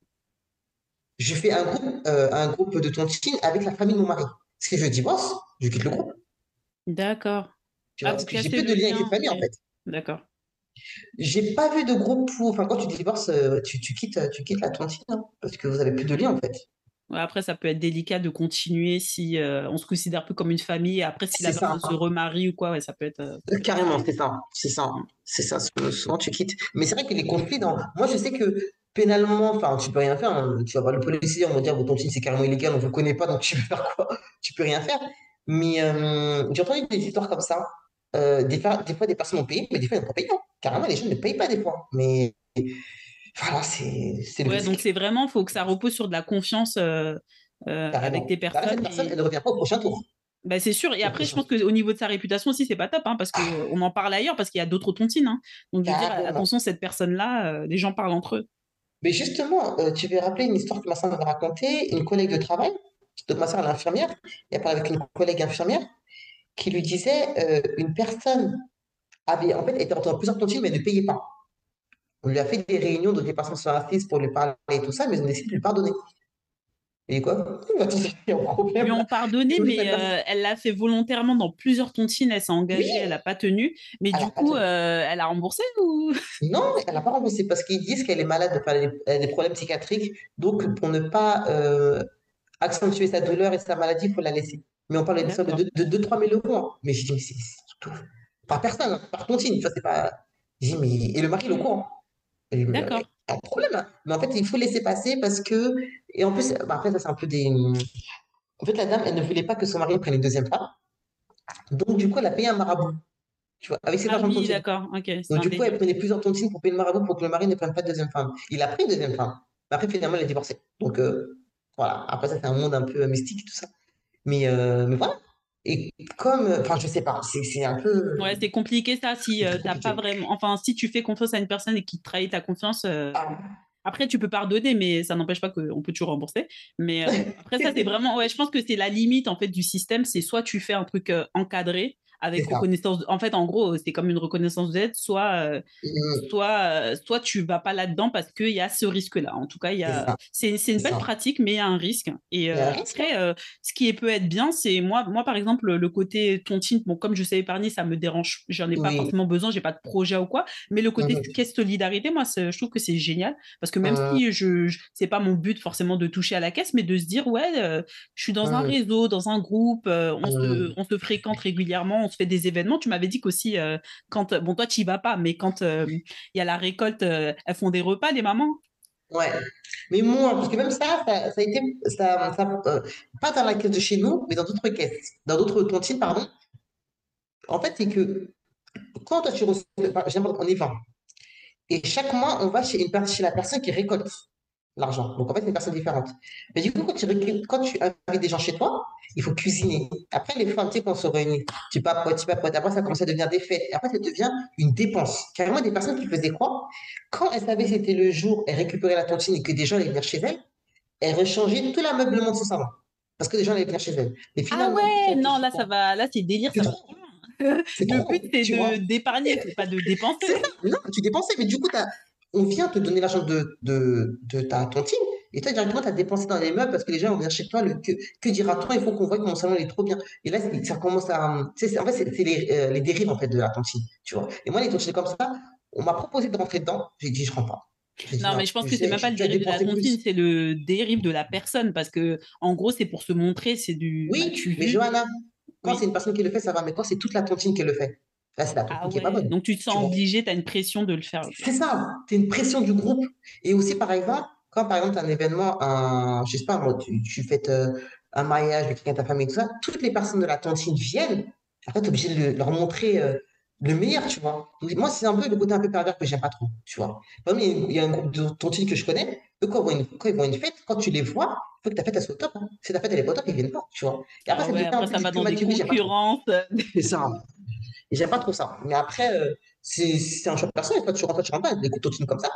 Je fais un groupe, euh, un groupe de tontines avec la famille de mon mari. Si je divorce, je quitte le groupe. D'accord. Tu Ah, vois, vous parce que j'ai cassez peu de le liens avec cette lien, famille, ok. en fait. D'accord. J'ai pas vu de groupe où, enfin, quand tu divorces, euh, tu, tu quittes, tu quittes la tontine, hein, parce que vous avez plus de liens, en fait. Ouais, après, ça peut être délicat de continuer si euh, on se considère un peu comme une famille. Et après, si la C'est ça, personne se hein. remarie ou quoi, ouais, ça peut être euh, Euh, compliqué. Carrément, c'est ça. C'est ça. Mm. C'est ça. Sou- Souvent, tu quittes. Mais c'est vrai que les conflits, dans... moi, je sais que pénalement, enfin, tu peux rien faire, hein. Tu vas voir le policier, on va dire, bon, ton tontine, c'est carrément illégal, on ne vous connaît pas, donc tu peux faire quoi? Tu peux rien faire. Mais euh, j'ai entendu des histoires comme ça. Euh, des, fois, des fois, des personnes ont payé, mais des fois, ils n'ont pas payé, hein. Carrément, les gens ne payent pas des fois. Mais voilà, c'est c'est le Ouais, donc risque. c'est vraiment, faut que ça repose sur de la confiance euh, euh, avec tes Carrément. Là, cette personnes. personne, elle Et ne revient pas au prochain tour. bah, c'est sûr. Et Au après, je prochain pense tour. qu'au niveau de sa réputation aussi, c'est pas top, hein, parce que euh, on en parle ailleurs, parce qu'il y a d'autres tontines, hein. Donc je veux dire, Carrément. attention, cette personne-là, euh, les gens parlent entre eux. Mais justement, euh, tu veux rappeler une histoire que ma soeur m'avait racontée, une collègue de travail, donc ma soeur elle est infirmière, et elle parlait avec une collègue infirmière qui lui disait euh, une personne avait en fait était entre plusieurs tontines mais ne payait pas. On lui a fait des réunions, donc les personnes sont assises pour lui parler et tout ça, mais ils ont décidé de lui pardonner. Et quoi? Attends, il y a un Lui problème ont là. pardonné, Ils ont dit mais cette personne. euh, elle l'a fait volontairement dans plusieurs tontines. Elle s'est Oui, engagée, elle n'a pas tenu. Mais elle du n'a pas coup, tenu. euh, elle a remboursé ou? Non, elle n'a pas remboursé parce qu'ils disent qu'elle est malade, enfin, elle a des, elle a des problèmes psychiatriques. Donc, pour ne pas euh, accentuer sa douleur et sa maladie, il faut la laisser. Mais on parle d'une somme de, D'accord. de, de deux trois mille euros, hein. Mais j'ai dit, mais c'est c'est tout. Par personne, hein, par tontine. Ça, c'est pas. J'ai dit, mais. Et le mari, il est au courant. Et il me- D'accord. pas de problème, hein. Mais en fait, il faut laisser passer parce que. Et en plus, bah, après, ça, c'est un peu des. En fait, la dame, elle ne voulait pas que son mari prenne une deuxième femme. Donc, du coup, elle a payé un marabout, tu vois, avec ses Ah argent de oui, tontine. d'accord. Ok, c'est Donc, un du coup, elle délire. prenait plusieurs tontines pour payer le marabout pour que le mari ne prenne pas de deuxième femme. Il a pris une deuxième femme. Mais après, finalement, il a divorcé. Donc, euh, voilà. Après, ça, c'est un monde un peu mystique, tout ça. Mais, euh, mais voilà. Et comme, euh, enfin, je sais pas, c'est c'est un peu, Ouais, c'est compliqué ça si c'est euh, très t'as pas compliqué. vraiment. Enfin, si tu fais confiance à une personne et qui trahit ta confiance, euh, Ah. après tu peux pardonner, mais ça n'empêche pas qu'on peut toujours rembourser. Mais euh, après ça, c'est vraiment. Ouais, je pense que c'est la limite en fait du système. C'est soit tu fais un truc euh, encadré avec C'est ça. reconnaissance. de- En fait, en gros, c'est comme une reconnaissance d'aide, soit, euh, Mhm. soit, euh, soit tu vas pas là-dedans parce qu'il y a ce risque-là. En tout cas, il y C'est a... ça. c'est, c'est une C'est belle ça. pratique, mais il y a un risque. Et Il y a euh, un risque, hein. après, euh, ce qui peut être bien, c'est moi, moi, par exemple, le côté tontine, bon, comme je sais épargner, ça me dérange, j'en ai pas Oui. forcément besoin, j'ai pas de projet ou quoi, mais le côté Mhm. caisse solidarité, moi, c'est- je trouve que c'est génial, parce que même Mhm. si je, je c'est pas mon but forcément de toucher à la caisse, mais de se dire, ouais, euh, je suis dans un Mhm. réseau, dans un groupe, euh, on se, Mhm. on se fréquente régulièrement, on se fait des événements. Tu m'avais dit qu'aussi, euh, quand, bon, toi, tu y vas pas, mais quand euh, il y a la récolte, euh, elles font des repas, les mamans. Ouais. Mais moins, parce que même ça, ça, ça a été, ça, ça, euh, pas dans la caisse de chez nous, mais dans d'autres caisses, dans d'autres tontines, pardon. En fait, c'est que quand toi, tu reçois, par exemple, on est vingt. Et chaque mois, on va chez, une, per- chez la personne qui récolte l'argent. Donc, en fait, c'est une personne différente. Mais du coup, quand tu, récu- quand tu invites des gens chez toi, il faut cuisiner. Après, les femmes, tu sais, quand on se réunit, tu papotes, tu papotes. Après, ça commence à devenir des fêtes. Et après, ça devient une dépense. Carrément, des personnes qui faisaient quoi? Quand elles savaient que c'était le jour, elles récupéraient la tontine et que des gens allaient venir chez elles, elles rechangeaient tout l'ameublement de son salon. Parce que des gens allaient venir chez elles. Mais Ah finalement, tu ouais, non, réfléchis là, ça quoi? va, là, c'est délire, C'est ça va trop. trop loin. C'est Le but, trop, c'est tu vois. de d'épargner, c'est pas de dépenser. C'est ça. Non, tu dépensais, mais du coup, t'as- on vient te donner l'argent de, de, de ta tontine, et toi, directement, tu as dépensé dans les meubles parce que les gens vont venir chez toi. Le, que, que dira-t-on? Il faut qu'on voit que mon salon il est trop bien. Et là, c'est- ça commence à. Tu sais, c'est- en fait, c'est c'est les, euh, les dérives en fait, de la tontine, tu vois. Et moi, les tontines comme ça, on m'a proposé de rentrer dedans. J'ai dit, je rentre pas. J'ai dit, Non, non, mais je pense tu que c'est sais, même pas tu, le tu as dérive de la dépensé tontine, plus. c'est le dérive de la personne, parce que en gros, c'est pour se montrer, c'est du Oui, m'as-tu mais vu? Johanna, quand c'est Oui. une personne qui le fait, ça va, mais quand c'est toute la tontine qui le fait, là, c'est la Ah tontine qui est pas ouais. bonne, Donc tu te tu sens vois. obligé, tu as une pression de le faire. C'est ça, c'est une pression du groupe. Et aussi, par exemple, quand par exemple, tu as un événement, un, je sais pas, moi, tu, tu fêtes euh, un mariage de quelqu'un de ta famille, tout ça, toutes les personnes de la tontine viennent. Après, tu es obligé de le- leur montrer euh, le meilleur, tu vois. Donc, moi, c'est un peu le côté un peu pervers que j'aime pas trop, tu vois. Par exemple, il y a une- il y a un groupe de tontines que je connais, eux, quand ils vont, une, quand ils vont à une fête, quand tu les vois, il faut que ta fête elle soit au top, hein. Si ta fête elle est pas au top, ils viennent pas, tu vois. Et après, Ah ça ouais, devient un après peu ça du va que dans des m'as-tu vu, j'aime pas trop. concurrences. C'est ça. Et j'aime pas trop ça. Mais après, euh, c'est c'est un choix personnel. Toi, tu rentres, toi, tu rentres pas. Des tontines comme ça,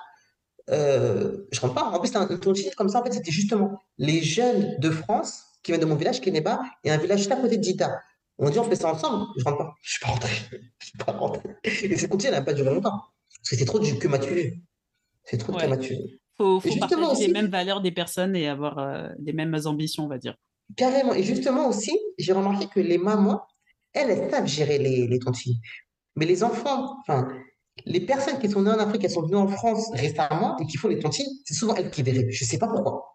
euh, je rentre pas. En plus, un, une tontine comme ça, en fait, c'était justement les jeunes de France qui viennent de mon village, Kénéba, et un village juste à côté de Dita. On dit, on fait ça ensemble. Je rentre pas. Je suis pas rentré. Je suis pas rentré. Et cette tontine, elle n'a pas duré longtemps. Parce que c'est trop du que m'as-tu vu. C'est trop de que Ouais. m'as-tu vu. Faut, Et faut justement partager les aussi, mêmes valeurs des personnes et avoir euh, les mêmes ambitions, on va dire. carrément, et justement aussi, j'ai remarqué que les mamans, elles, elles savent gérer les, les tontines. Mais les enfants, enfin, les personnes qui sont nées en Afrique, elles sont venues en France récemment et qui font les tontines, c'est souvent elles qui dérivent. Je ne sais pas pourquoi.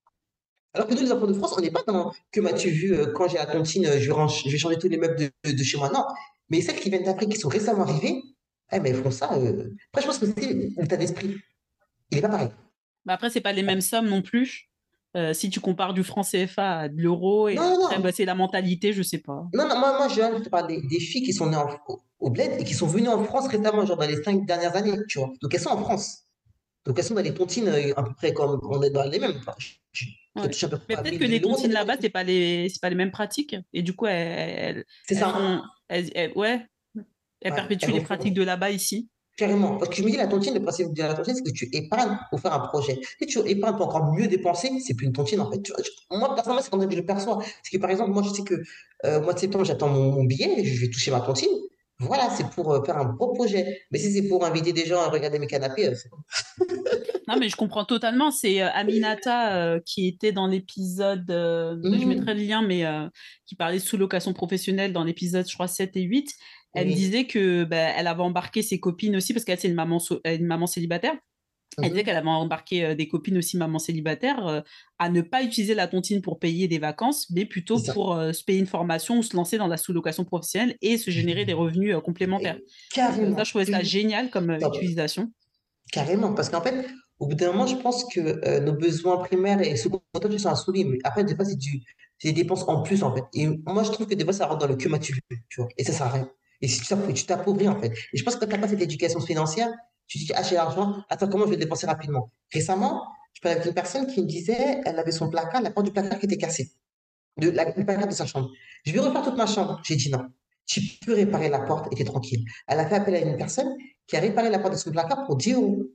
Alors que nous, les enfants de France, on n'est pas dans que m'as-tu vu euh, quand j'ai la tontine, euh, je vais, range- je vais changer tous les meubles de, de- de chez moi. Non. Mais celles qui viennent d'Afrique, qui sont récemment arrivées, eh, mais elles font ça. euh. Après, je pense que c'est l'état d'esprit. Il n'est pas pareil. Bah après, c'est pas les mêmes sommes non plus. Euh, si tu compares du franc C F A à de l'euro, et Non, non, après, non. bah, c'est la mentalité, je sais pas. Non, non, moi, moi je je te parle des, des filles qui sont nées en- au, au bled et qui sont venues en France récemment, genre dans les cinq dernières années, tu vois. Donc, elles sont en France. Donc, elles sont dans les tontines euh, à peu près comme on est dans les mêmes. Enfin, je- je- ça Ouais. touche à peu Mais près à peut-être que mille, deux les mille euros, ça tontines dépend des là-bas, c'est filles. pas les, c'est pas les mêmes pratiques. Et du coup, elles, elles, C'est elles ça. font, elles, elles- ouais, elles Ouais, elles perpétuent les vont faire pratiques de là-bas ici. carrément. Parce que je me dis, la tontine, le principe de la tontine, c'est que tu épargnes pour faire un projet. Si tu épargnes pour encore mieux dépenser, c'est plus une tontine, en fait. Tu vois, je- moi, personnellement, c'est comme ça que je le perçois. Parce que, par exemple, moi, je sais que euh, au mois de septembre, j'attends mon, mon billet, je vais toucher ma tontine. Voilà, c'est pour euh, faire un beau projet. Mais si c'est pour inviter des gens à regarder mes canapés, euh, c'est bon. Non, mais je comprends totalement. C'est euh, Aminata euh, qui était dans l'épisode, euh, je mettrai Mmh, le lien, mais euh, qui parlait de sous-location professionnelle dans l'épisode, je crois, sept et huit. Elle me oui. disait que bah, elle avait embarqué ses copines aussi, parce qu'elle, c'est une maman, so- euh, une maman célibataire. Elle disait Mhm. qu'elle avait embarqué euh, des copines aussi, maman célibataire, euh, à ne pas utiliser la tontine pour payer des vacances, mais plutôt C'est ça. pour euh, se payer une formation ou se lancer dans la sous-location professionnelle et se générer des revenus euh, complémentaires. Donc euh, ça, je Carrément. trouvais ça Oui. génial comme euh, Top. utilisation. Carrément. Parce qu'en fait, au bout d'un moment, je pense que euh, nos besoins primaires et secondaires, tu sont assouvis. Mais après, des fois, c'est du, c'est des dépenses en plus, en fait. Et moi, je trouve que des fois, ça rentre dans le que m'as-tu vu, tu vois. Et ça sert à rien. Et si tu t'app- tu t'appauvris, en fait. Et je pense que quand tu n'as pas cette éducation financière, tu te dis, ah, j'ai l'argent, attends, comment je vais le dépenser rapidement? Récemment, je parlais avec une personne qui me disait, elle avait son placard, la porte du placard qui était cassée. De, la, le placard de sa chambre. Je vais refaire toute ma chambre. J'ai dit non. Tu peux réparer la porte et t'es tranquille. Elle a fait appel à une personne qui a réparé la porte de son placard pour dix euros.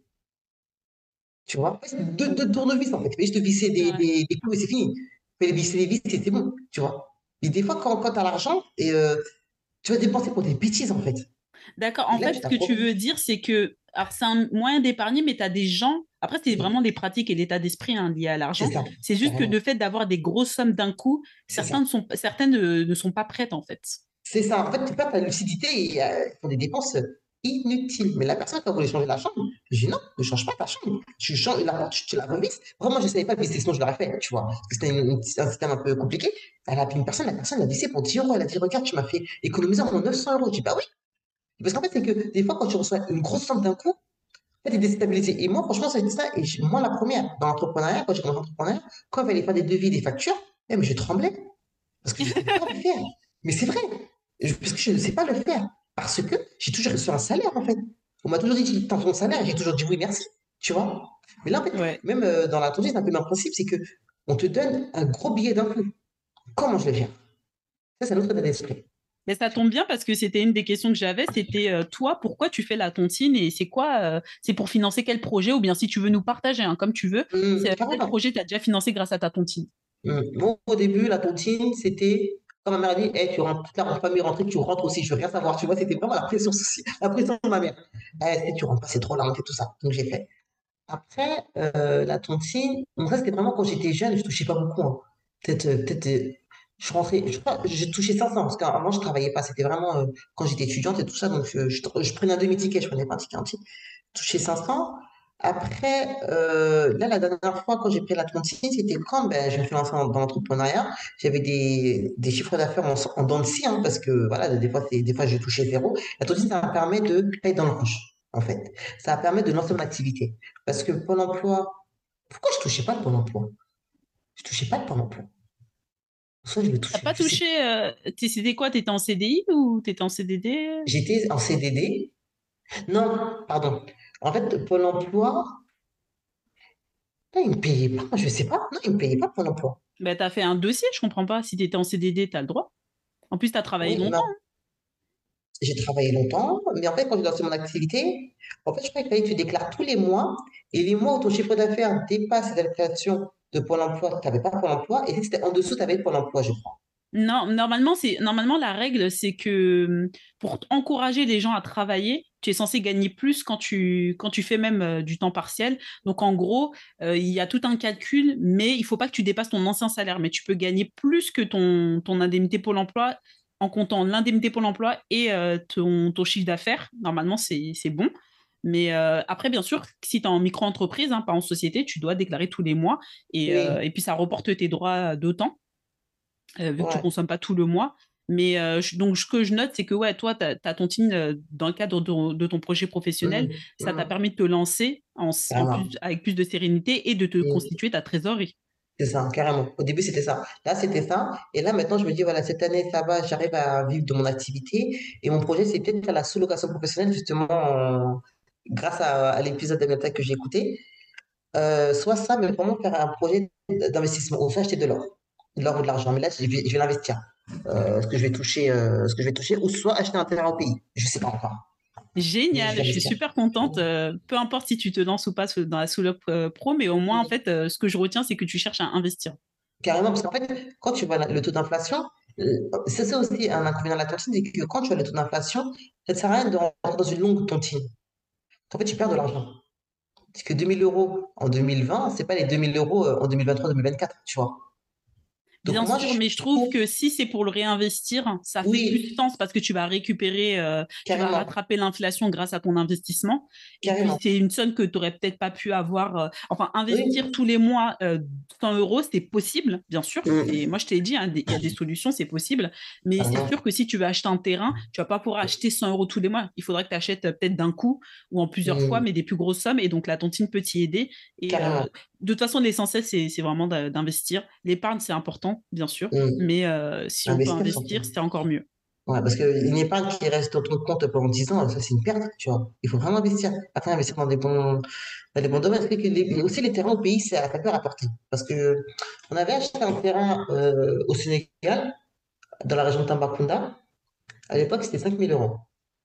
Tu vois, deux, deux tournevis en fait. Mais je te visser des, Ouais. des, des clous et c'est fini. Fais les visser les vis et c'est bon. Tu vois. Et des fois, quand, quand tu as l'argent, et euh, Tu vas dépenser pour des bêtises, en fait. D'accord. Et En là, fait, tu ce que tu t'approches. veux dire, c'est que, alors c'est un moyen d'épargner, mais tu as des gens, après, c'est Oui, vraiment des pratiques et l'état d'esprit hein, lié à c'est l'argent. ça, C'est juste que carrément. le fait d'avoir des grosses sommes d'un coup, C'est certains ça. ne sont, certaines ne, ne sont pas prêtes, en fait. C'est ça. En fait, tu perds ta lucidité et euh, ils font des dépenses inutiles. Mais la personne, quand voulait changer la chambre, je dis non, ne change pas ta chambre. Tu changes la porte, tu, tu la revisses. Vraiment, je ne savais pas visser, sinon je l'aurais fait, tu vois. Parce que c'était une- une- un système un peu compliqué. Elle a appelé une personne, la personne l'a vissé pour dix euros. Elle a dit, regarde, tu m'as fait économiser en neuf cents euros. Je dis, bah oui. Parce qu'en fait, c'est que des fois, quand tu reçois une grosse somme d'un coup, en fait, tu es déstabilisé. Et moi, franchement, ça a été ça. Et je- moi, la première, dans l'entrepreneuriat, quand j'ai commencé l'entrepreneuriat, quand il fallait faire des devis, des factures, même je tremblais. Parce que je ne savais pas le faire. Mais c'est vrai. Je- parce que je ne sais pas le faire. Parce que j'ai toujours reçu un salaire, en fait. On m'a toujours dit, t'as ton salaire, et j'ai toujours dit oui, merci. Tu vois? Mais là, en fait, Ouais. même euh, dans la tournée, c'est un peu le même principe, c'est que on te donne un gros billet d'un coup. Comment je le gère? Ça, c'est un autre état d'esprit. Mais ça tombe bien parce que c'était une des questions que j'avais, c'était euh, toi, pourquoi tu fais la tontine et c'est quoi, euh, c'est pour financer quel projet ou bien si tu veux nous partager, hein, comme tu veux, Hum, c'est, euh, quel carrément. projet tu as déjà financé grâce à ta tontine? Hum. Moi, au début, la tontine, c'était, quand ma mère a dit, hey, tu rentres, toute la famille est rentrée, tu rentres aussi, je veux rien savoir. Tu vois, c'était vraiment la pression, soci- la pression de ma mère. Eh, si tu rentres pas, c'est trop la honte et tout ça. Donc, j'ai fait. Après, euh, la tontine, donc ça, c'était vraiment quand j'étais jeune, je touchais pas beaucoup, hein. Peut-être, euh, peut-être, euh, je rentrais, je crois, j'ai touché cinq cents, parce qu'avant, je travaillais pas. C'était vraiment euh, quand j'étais étudiante et tout ça, donc je, je, je prenais un demi-ticket, je prenais pas un ticket entier. Touché cinq cents. Après, euh, là, la dernière fois, quand j'ai pris la tontine, c'était quand ben, je me suis lancée dans, dans l'entrepreneuriat. J'avais des, des chiffres d'affaires en, en dents de scie, hein, parce que voilà, des fois, c'est- des fois, je touchais zéro. La tontine, ça me permet de payer dans le rouge, en fait. Ça me permet de lancer mon activité. Parce que Pôle emploi, pourquoi je touchais pas le Pôle emploi? Je touchais pas le Pôle emploi. Soit je le T'as touchais, pas je sais. touché, euh, t'es- c'était quoi, t'étais en C D I ou t'étais en C D D? J'étais en C D D. Non, pardon. En fait, Pôle emploi, non, il me payait pas. Je sais pas. Non, il me payait pas Pôle emploi. Ben, t'as fait un dossier, je comprends pas. Si t'étais en C D D, t'as le droit. En plus, t'as travaillé Oui, mais longtemps. j'ai travaillé longtemps, mais en fait, quand j'ai lancé mon activité, en fait, je crois qu'il fallait que tu déclares tous les mois, et les mois où ton chiffre d'affaires dépasse les allocations de Pôle emploi, tu n'avais pas Pôle emploi, et si c'était en dessous, tu avais Pôle emploi, je crois. Non, normalement, c'est normalement la règle, c'est que hum, pour encourager les gens à travailler, tu es censé gagner plus quand tu quand tu fais même euh, du temps partiel. Donc en gros, euh, il y a tout un calcul, mais il faut pas que tu dépasses ton ancien salaire. Mais tu peux gagner plus que ton ton indemnité Pôle Emploi en comptant l'indemnité Pôle Emploi et euh, ton ton chiffre d'affaires. Normalement, c'est c'est bon. Mais euh, après, bien sûr, si tu es en micro-entreprise, hein, pas en société, tu dois déclarer tous les mois et, euh, Oui, et puis ça reporte tes droits d'autant euh, vu que tu ouais, consommes pas tout le mois. Mais euh, je- donc, ce que je note, c'est que ouais, toi, tu as tontine euh, dans le cadre de ton, de ton projet professionnel, hum, ça t'a hum, permis de te lancer en, s- en plus, carrément. avec plus de sérénité et de te Hum, constituer ta trésorerie. c'est ça, carrément. Au début, c'était ça. Là, c'était ça. Et là, maintenant, je me dis, voilà, cette année, ça va, j'arrive à vivre de mon activité. Et mon projet, c'est peut-être faire la sous-location professionnelle, justement, en- grâce à, à l'épisode d'Amiata que j'ai écouté. Euh, soit ça, mais vraiment faire un projet d'investissement, ou soit acheter de l'or, de l'or ou de l'argent. Mais là, je vais, je vais l'investir. Euh, ce que je vais toucher, euh, ce que je vais toucher, ou soit acheter un terrain au pays. Je sais pas encore, mais je Génial, vais je suis investir. super contente. euh, peu importe si tu te lances ou pas sous- dans la sous-loc euh, pro, mais au moins, en fait, euh, ce que je retiens, c'est que tu cherches à investir. Carrément, parce qu'en fait, quand tu vois la- le taux d'inflation, euh, c'est ça aussi un inconvénient de la tontine, c'est que quand tu as le taux d'inflation, ça ne sert à rien de rentrer dans une longue tontine. En fait, tu perds de l'argent. Parce que deux mille euros en deux mille vingt, c'est pas les deux mille euros euh, en deux mille vingt-trois, deux mille vingt-quatre, tu vois. Donc Bien moi, sûr, je mais je suis trouve pour, que si c'est pour le réinvestir, ça fait plus oui, sens parce que tu vas récupérer, euh, tu vas carrément, rattraper l'inflation grâce à ton investissement. Et puis, carrément. c'est une somme que tu n'aurais peut-être pas pu avoir. euh, enfin, investir Oui. tous les mois euh, cent euros, c'est possible, bien sûr. Et Mm. moi, je t'ai dit, hein, des- il y a des solutions, c'est possible. Mais c'est Carrément. sûr que si tu veux acheter un terrain, tu vas pas pouvoir acheter cent euros tous les mois. Il faudrait que tu achètes euh, peut-être d'un coup ou en plusieurs fois, Mm. mais des plus grosses sommes. Et donc, la tontine peut t'y aider. Et euh, Carrément. de toute façon, l'essentiel, c'est c'est vraiment d'a- d'investir. L'épargne, c'est important, bien sûr. Mm. Mais euh, si on peut Investir surtout. investir, c'est encore mieux. Ouais, parce qu'une épargne qui reste dans ton compte pendant dix ans, ça c'est une perte, tu vois. Il faut vraiment investir. Après, investir dans des bons, dans des bons domaines. Parce que les- aussi, les terrains au pays, c'est à peu rapporter. Parce que on avait acheté un terrain euh, au Sénégal, dans la région de Tambacounda. À l'époque, c'était cinq mille euros.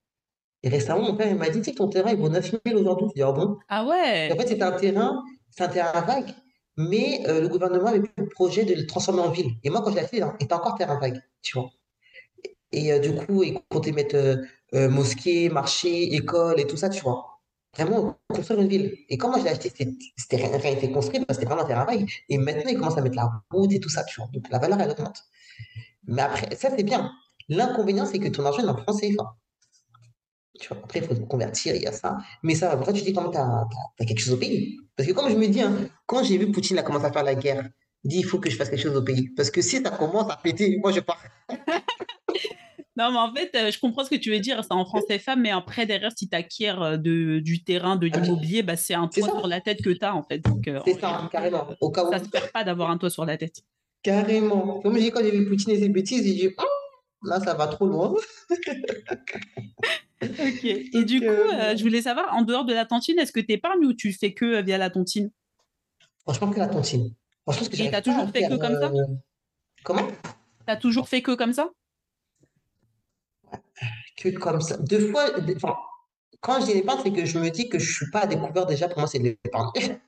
Et récemment, mon père il m'a dit, tu sais que ton terrain, il vaut neuf mille aujourd'hui. Je dis, ah bon? Ah Et en ouais, fait, c'est un terrain, c'est un terrain vague. Mais euh, le gouvernement avait pris le projet de le transformer en ville. Et moi, quand je l'ai acheté, il était encore terrain vague, tu vois. Et euh, du coup, ils comptaient mettre euh, euh, mosquée, marché, école et tout ça, tu vois. Vraiment, construire une ville. Et quand moi je l'ai acheté, c'était c'était rien, rien été construit, parce que c'était vraiment un terrain vague. Et maintenant, ils commencent à mettre la route et tout ça, tu vois. Donc la valeur, elle augmente. Mais après, ça, c'est bien. L'inconvénient, c'est que ton argent est en francs C F A. Tu vois, après, il faut le convertir, il y a ça. Mais ça, après, tu dis comment tu as, quelque chose au pays. Parce que comme je me dis, hein, quand j'ai vu Poutine a commencé à faire la guerre, il dit il faut que je fasse quelque chose au pays. Parce que si ça commence à péter, moi je pars. Non, mais en fait, euh, je comprends ce que tu veux dire, c'est en France F A, mais après, derrière, si tu acquiers euh, de, du terrain, de l'immobilier, bah, c'est un C'est toit ça, sur la tête que tu as, en fait. Donc, euh, en c'est ça, réalité, carrément. euh, Au cas ça où. se perd pas d'avoir un toit sur la tête. Carrément. Comme je dis, quand j'ai vu Poutine et ses bêtises, j'ai dit, hum, là, ça va trop loin. Ok. Et Donc, du coup, euh, euh, je voulais savoir, en dehors de la tontine, est-ce que tu épargnes ou tu fais que euh, via la tontine? franchement, que la tontine. Franchement, ce que Et tu j'arrive as pas à toujours fait faire. que comme ça? euh, Comment? Tu as toujours fait que comme ça? Que comme ça. Deux fois, deux- enfin, quand je dis l'épargne, c'est que je me dis que je suis pas à découvert déjà, pour moi, c'est de l'épargne.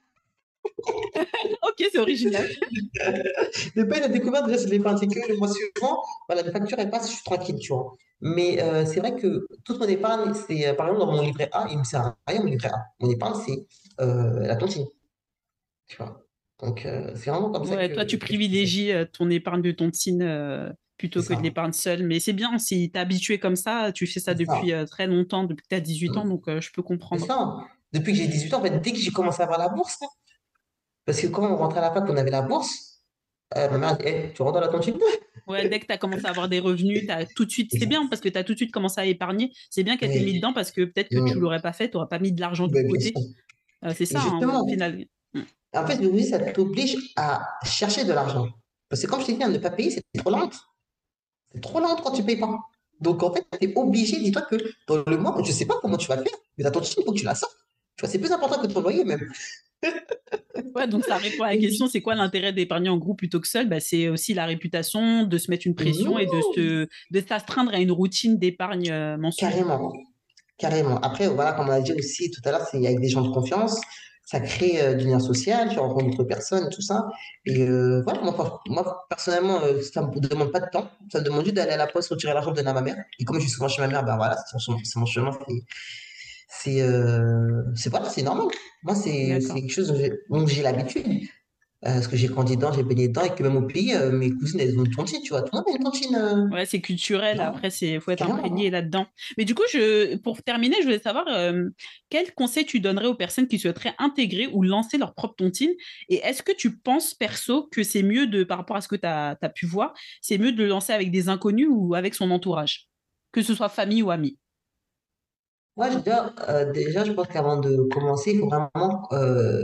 Ok, c'est original. Le pain de découverte, déjà, c'est des l'épargne. C'est que le mois suivant, voilà, les factures, elles passent, je suis tranquille, tu vois. Mais euh, c'est vrai que toute mon épargne, c'est, euh, par exemple, dans mon livret A, il me sert à rien, mon livret A. Mon épargne, c'est euh, la tontine, tu vois. Donc, euh, c'est vraiment comme ça Ouais, toi, tu que, que je procède. privilégies euh, ton épargne de tontine euh, C'est plutôt que de ça, l'épargne seule. Mais c'est bien, si tu es habitué comme ça, tu fais ça c'est ça. depuis euh, très longtemps, depuis que tu as dix-huit ans, Mm. donc euh, je peux C'est comprendre. ça. Depuis que j'ai dix-huit ans, en fait, dès que j'ai commencé à voir la bourse, hein, parce que quand on rentrait à la fac, on avait la bourse, euh, ma mère a dit, Eh, tu rentres dans la tontine? Ouais, dès que tu as commencé à avoir des revenus, t'as tout de suite, c'est bien Exact. parce que tu as tout de suite commencé à épargner. C'est bien qu'elle t'ait mis Oui. dedans parce que peut-être que tu Mm. l'aurais pas fait, tu n'aurais pas mis de l'argent de Ben, bien sûr. côté. Euh, c'est Et ça, hein, au justement, final. Mm. en fait, oui, ça t'oblige à chercher de l'argent. Parce que comme je t'ai dit, à ne pas payer, c'est trop lent. C'est trop lent quand tu payes pas. Donc, en fait, tu es obligé, dis-toi que dans le mois, je sais pas comment tu vas le faire, mais ta tontine, il faut que tu la sortes. Tu vois, c'est plus important que ton loyer, même. Ouais, donc ça répond à la question, c'est quoi l'intérêt d'épargner en groupe plutôt que seul? Bah, c'est aussi la réputation, de se mettre une pression et de Mmh, se, de s'astreindre à une routine d'épargne euh, mensuelle. carrément. Carrément. Après, voilà, comme on a dit aussi tout à l'heure, c'est avec des gens de confiance. Ça crée euh, du lien social, tu rencontres d'autres personnes, tout ça. Et euh, voilà, moi, par- moi, personnellement, euh, ça ne me demande pas de temps. Ça me demande juste d'aller à la poste, retirer l'argent, donner à ma mère. Et comme je suis souvent chez ma mère, ben voilà, c'est mon, c'est mon chemin. C'est c'est euh, c'est- voilà, c'est normal. Moi, c'est c'est D'accord. quelque chose dont j'ai dont j'ai l'habitude. Euh, parce que j'ai grandi dedans, j'ai baigné dedans. Et que même au pays, euh, mes cousines, elles ont une tontine, tu vois. Tout le monde a une tontine. euh, Ouais, c'est culturel. genre, Après, c'est faut être imprégné carrément. là-dedans. Mais du coup, je, pour terminer, je voulais savoir euh, quel conseil tu donnerais aux personnes qui souhaiteraient intégrer ou lancer leur propre tontine. Et est-ce que tu penses, perso, que c'est mieux de, par rapport à ce que tu as pu voir, c'est mieux de le lancer avec des inconnus ou avec son entourage, que ce soit famille ou amis? Moi, je dois, euh, déjà, je pense qu'avant de commencer, il faut vraiment euh,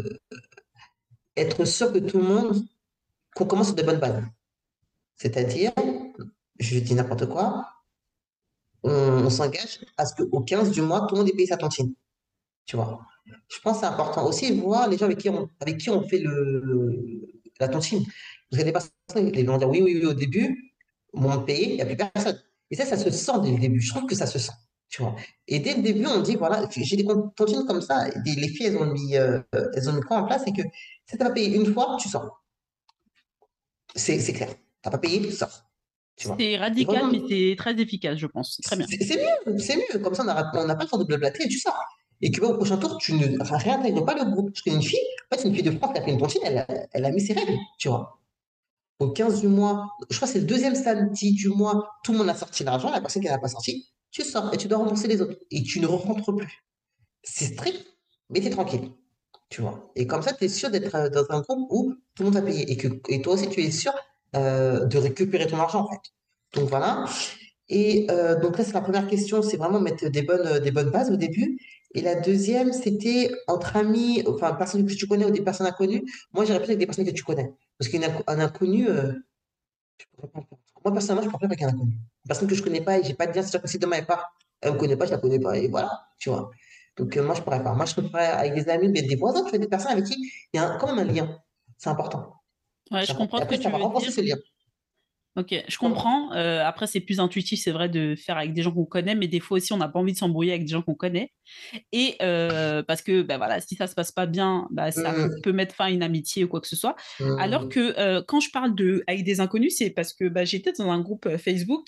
être sûr que tout le monde, qu'on commence sur de bonnes bases. C'est-à-dire, je dis n'importe quoi, on, on s'engage à ce qu'au quinze du mois, tout le monde ait payé sa tontine. Tu vois. Je pense que c'est important aussi de voir les gens avec qui on, avec qui on fait le, la tontine. Vous avez des personnes, les gens vont dire oui, oui, oui, au début, au moment de payer, il n'y a plus personne. Et ça, ça se sent dès le début. Je trouve que ça se sent. Tu vois. Et dès le début, on dit, voilà, j'ai des tontines comme ça. Et les filles, elles ont mis, euh, elles ont mis quoi en place? C'est que si tu n'as pas payé une fois, tu sors. C'est c'est clair. Tu n'as pas payé, tu sors. Tu vois. C'est Et quand radical, mais on, c'est très efficace, je pense. C'est très bien. c'est c'est mieux, c'est mieux. Comme ça, on n'a on n'a pas le temps de blablater et tu sors. Et que bah, au prochain tour, tu ne réintègres pas le groupe. Parce qu'une fille, en fait, une fille de France qui a fait une tontine, elle a, elle a mis ses règles, tu vois. Au quinze du mois, je crois que c'est le deuxième samedi du mois, tout le monde a sorti l'argent, la personne qui n'a pas sorti, tu sors et tu dois rembourser les autres. Et tu ne rentres plus. C'est strict, mais tu es tranquille, tu vois. Et comme ça, tu es sûr d'être euh, dans un groupe où tout le monde va payer. Et, que, et toi aussi, tu es sûr euh, de récupérer ton argent, en fait. Donc voilà. Et euh, donc là, c'est la première question, c'est vraiment mettre des bonnes, euh, des bonnes bases au début. Et la deuxième, c'était entre amis, enfin, personnes que tu connais ou des personnes inconnues. Moi, j'irais plus avec des personnes que tu connais. Parce qu'un inco- un inconnu, euh, je pourrais pas le faire. Moi, personnellement, je ne pourrais pas avec un inconnu. Une personne que je ne connais pas et j'ai pas de lien, c'est sûr que si demain elle part, elle ne me connaît pas, je ne la connais pas. Et voilà, tu vois. Donc, euh, moi, je ne pourrais pas. Moi, je préfère avec des amis, mais des voisins, tu vois, des personnes avec qui il y a un- quand même un lien. C'est important. Ouais, C'est je important. comprends Et ce que après, ça tu va veux renforcer dire. ce lien. Ok, je Comment? comprends. Euh, après, c'est plus intuitif, c'est vrai, de faire avec des gens qu'on connaît, mais des fois aussi, on n'a pas envie de s'embrouiller avec des gens qu'on connaît. Et euh, parce que, ben voilà, si ça se passe pas bien, bah, ça Hum, peut mettre fin à une amitié ou quoi que ce soit. Alors hum, que euh, quand je parle de avec des inconnus, c'est parce que bah, j'étais dans un groupe euh, Facebook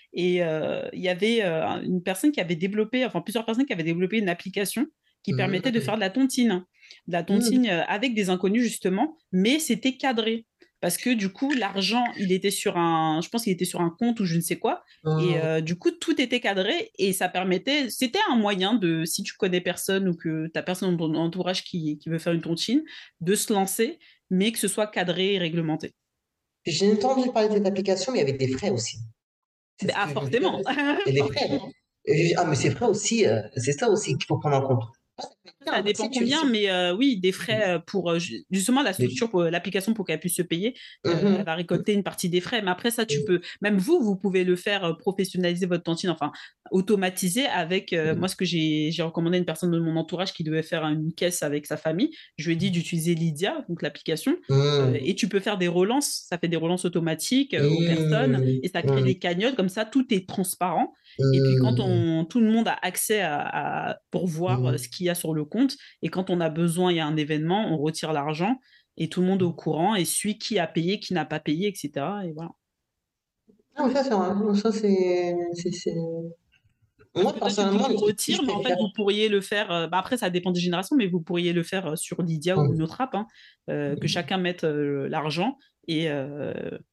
Et euh, il y avait euh, une personne qui avait développé, enfin plusieurs personnes qui avaient développé une application qui permettait de faire de la tontine, de la Mhm. tontine euh, avec des inconnus justement, mais c'était cadré. Parce que du coup, l'argent, il était sur un, je pense qu'il était sur un compte ou je ne sais quoi, et Mhm. euh, du coup, tout était cadré et ça permettait, c'était un moyen de, si tu connais personne ou que tu as personne dans ton entourage qui, qui veut faire une tontine, de se lancer, mais que ce soit cadré et réglementé. Puis j'ai entendu parler de cette application, mais il y avait des frais aussi. C'est Ben, ce ah, que je veux dire. forcément, Et les frais. forcément. Et je- ah, mais c'est vrai aussi, euh, c'est ça aussi qu'il faut prendre en compte. Ah, ça peut être Ça bien, hein. dépend Si tu, combien, si- mais euh, oui, des frais euh, pour euh, ju- justement la les- structure, pour l'application pour qu'elle puisse se payer, euh, elle Mhm. va récolter une partie des frais. Mais après ça, tu peux, même vous, vous pouvez le faire euh, professionnaliser votre tontine, enfin automatiser avec euh, moi ce que j'ai j'ai recommandé à une personne de mon entourage qui devait faire une caisse avec sa famille. Je lui ai dit d'utiliser Lydia, donc l'application, euh, Mhm. et tu peux faire des relances. Ça fait des relances automatiques euh, aux personnes Mhm. et ça crée Mhm. des cagnottes comme ça, tout est transparent. Et puis quand Mhm. on, tout le monde a accès à, à pour voir euh, Mhm. ce qu'il y a sur le compte. Et quand on a besoin, il y a un événement, on retire l'argent et tout le monde est au courant et suit qui a payé, qui n'a pas payé, et cetera. Et voilà. Ah, mais ça, c'est vrai. Ça, c'est, c'est, c'est- Parce Moi, que toi, tu me dis que personnellement, tu le truc que retires, je mais en fait, préfère. vous pourriez le faire. euh, bah après, ça dépend des générations, mais vous pourriez le faire euh, sur Lydia ou une Mhm. autre app, hein, euh, que chacun mette euh, l'argent et euh,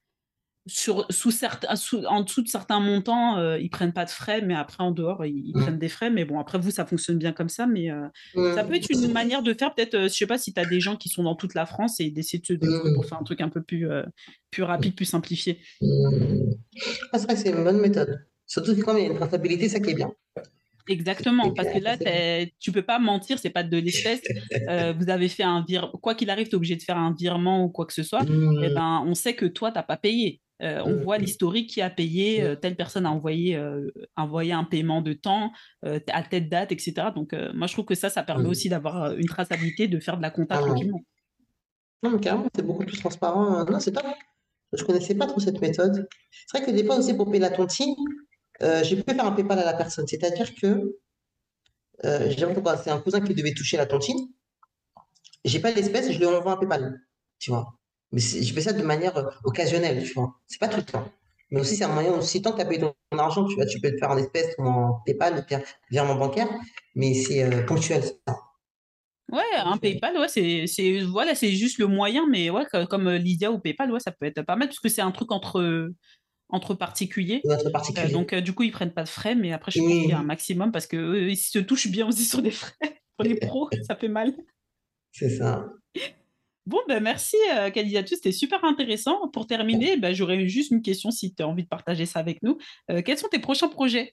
sur, sous certains, sous- en dessous de certains montants, euh, ils prennent pas de frais, mais après, en dehors, ils, ils prennent des frais. Mais bon, après, vous, ça fonctionne bien comme ça. Mais euh, ça peut être une manière de faire, peut-être, euh, je sais pas si tu as des gens qui sont dans toute la France et d'essayer de se débrouiller pour Mhm. faire un truc un peu plus, euh, plus rapide, plus simplifié. Mhm. Ah, c'est vrai que c'est une bonne méthode. Surtout que quand il y a une traçabilité, ça qui est bien. Exactement, C'est parce que clair, ça, là, c'est bien. t'es- tu peux pas mentir, c'est pas de l'espèce. Euh, vous avez fait un virement, quoi qu'il arrive, tu es obligé de faire un virement ou quoi que ce soit. Eh Mhm. ben, on sait que toi, t'as pas payé. Euh, on voit Mhm. l'historique qui a payé, euh, telle personne a envoyé, euh, envoyé un paiement de temps euh, à telle date, et cetera. Donc, euh, moi, je trouve que ça, ça permet Mhm. aussi d'avoir euh, une traçabilité, de faire de la compta Ah non. tranquillement. Non, mais carrément, c'est beaucoup plus transparent. Non, c'est top. Je connaissais pas trop cette méthode. C'est vrai que des fois aussi, pour payer la tontine, euh, j'ai pu faire un PayPal à la personne. C'est-à-dire que euh, j'ai n'importe quoi, c'est un cousin qui devait toucher la tontine. J'ai pas l'espèce, je lui envoie un PayPal. Tu vois. Mais c'est- je fais ça de manière euh, occasionnelle, tu vois. C'est pas tout le temps. Mais aussi, c'est un moyen aussi, tant que tu as payé ton, ton argent, tu vois, tu peux le faire en espèces ou en PayPal ou bien virement bancaire. Mais c'est euh, ponctuel, ça. Ouais, un Ponctuel. PayPal, ouais, c'est, c'est, voilà, c'est juste le moyen, mais ouais, co- comme euh, Lydia ou PayPal, ouais, ça peut être pas mal, parce que c'est un truc entre, entre particuliers. Notre Euh, particulier. donc, euh, du coup, ils prennent pas de frais, mais après, je pense qu'il y a un Oui, maximum parce que eux, ils se touchent bien aussi sur des frais. Pour les pros, ça fait mal. c'est ça. Bon, ben merci, euh, Kadidiatou, c'était super intéressant. Pour terminer, ben, j'aurais juste une question si tu as envie de partager ça avec nous. Euh, quels sont tes prochains projets?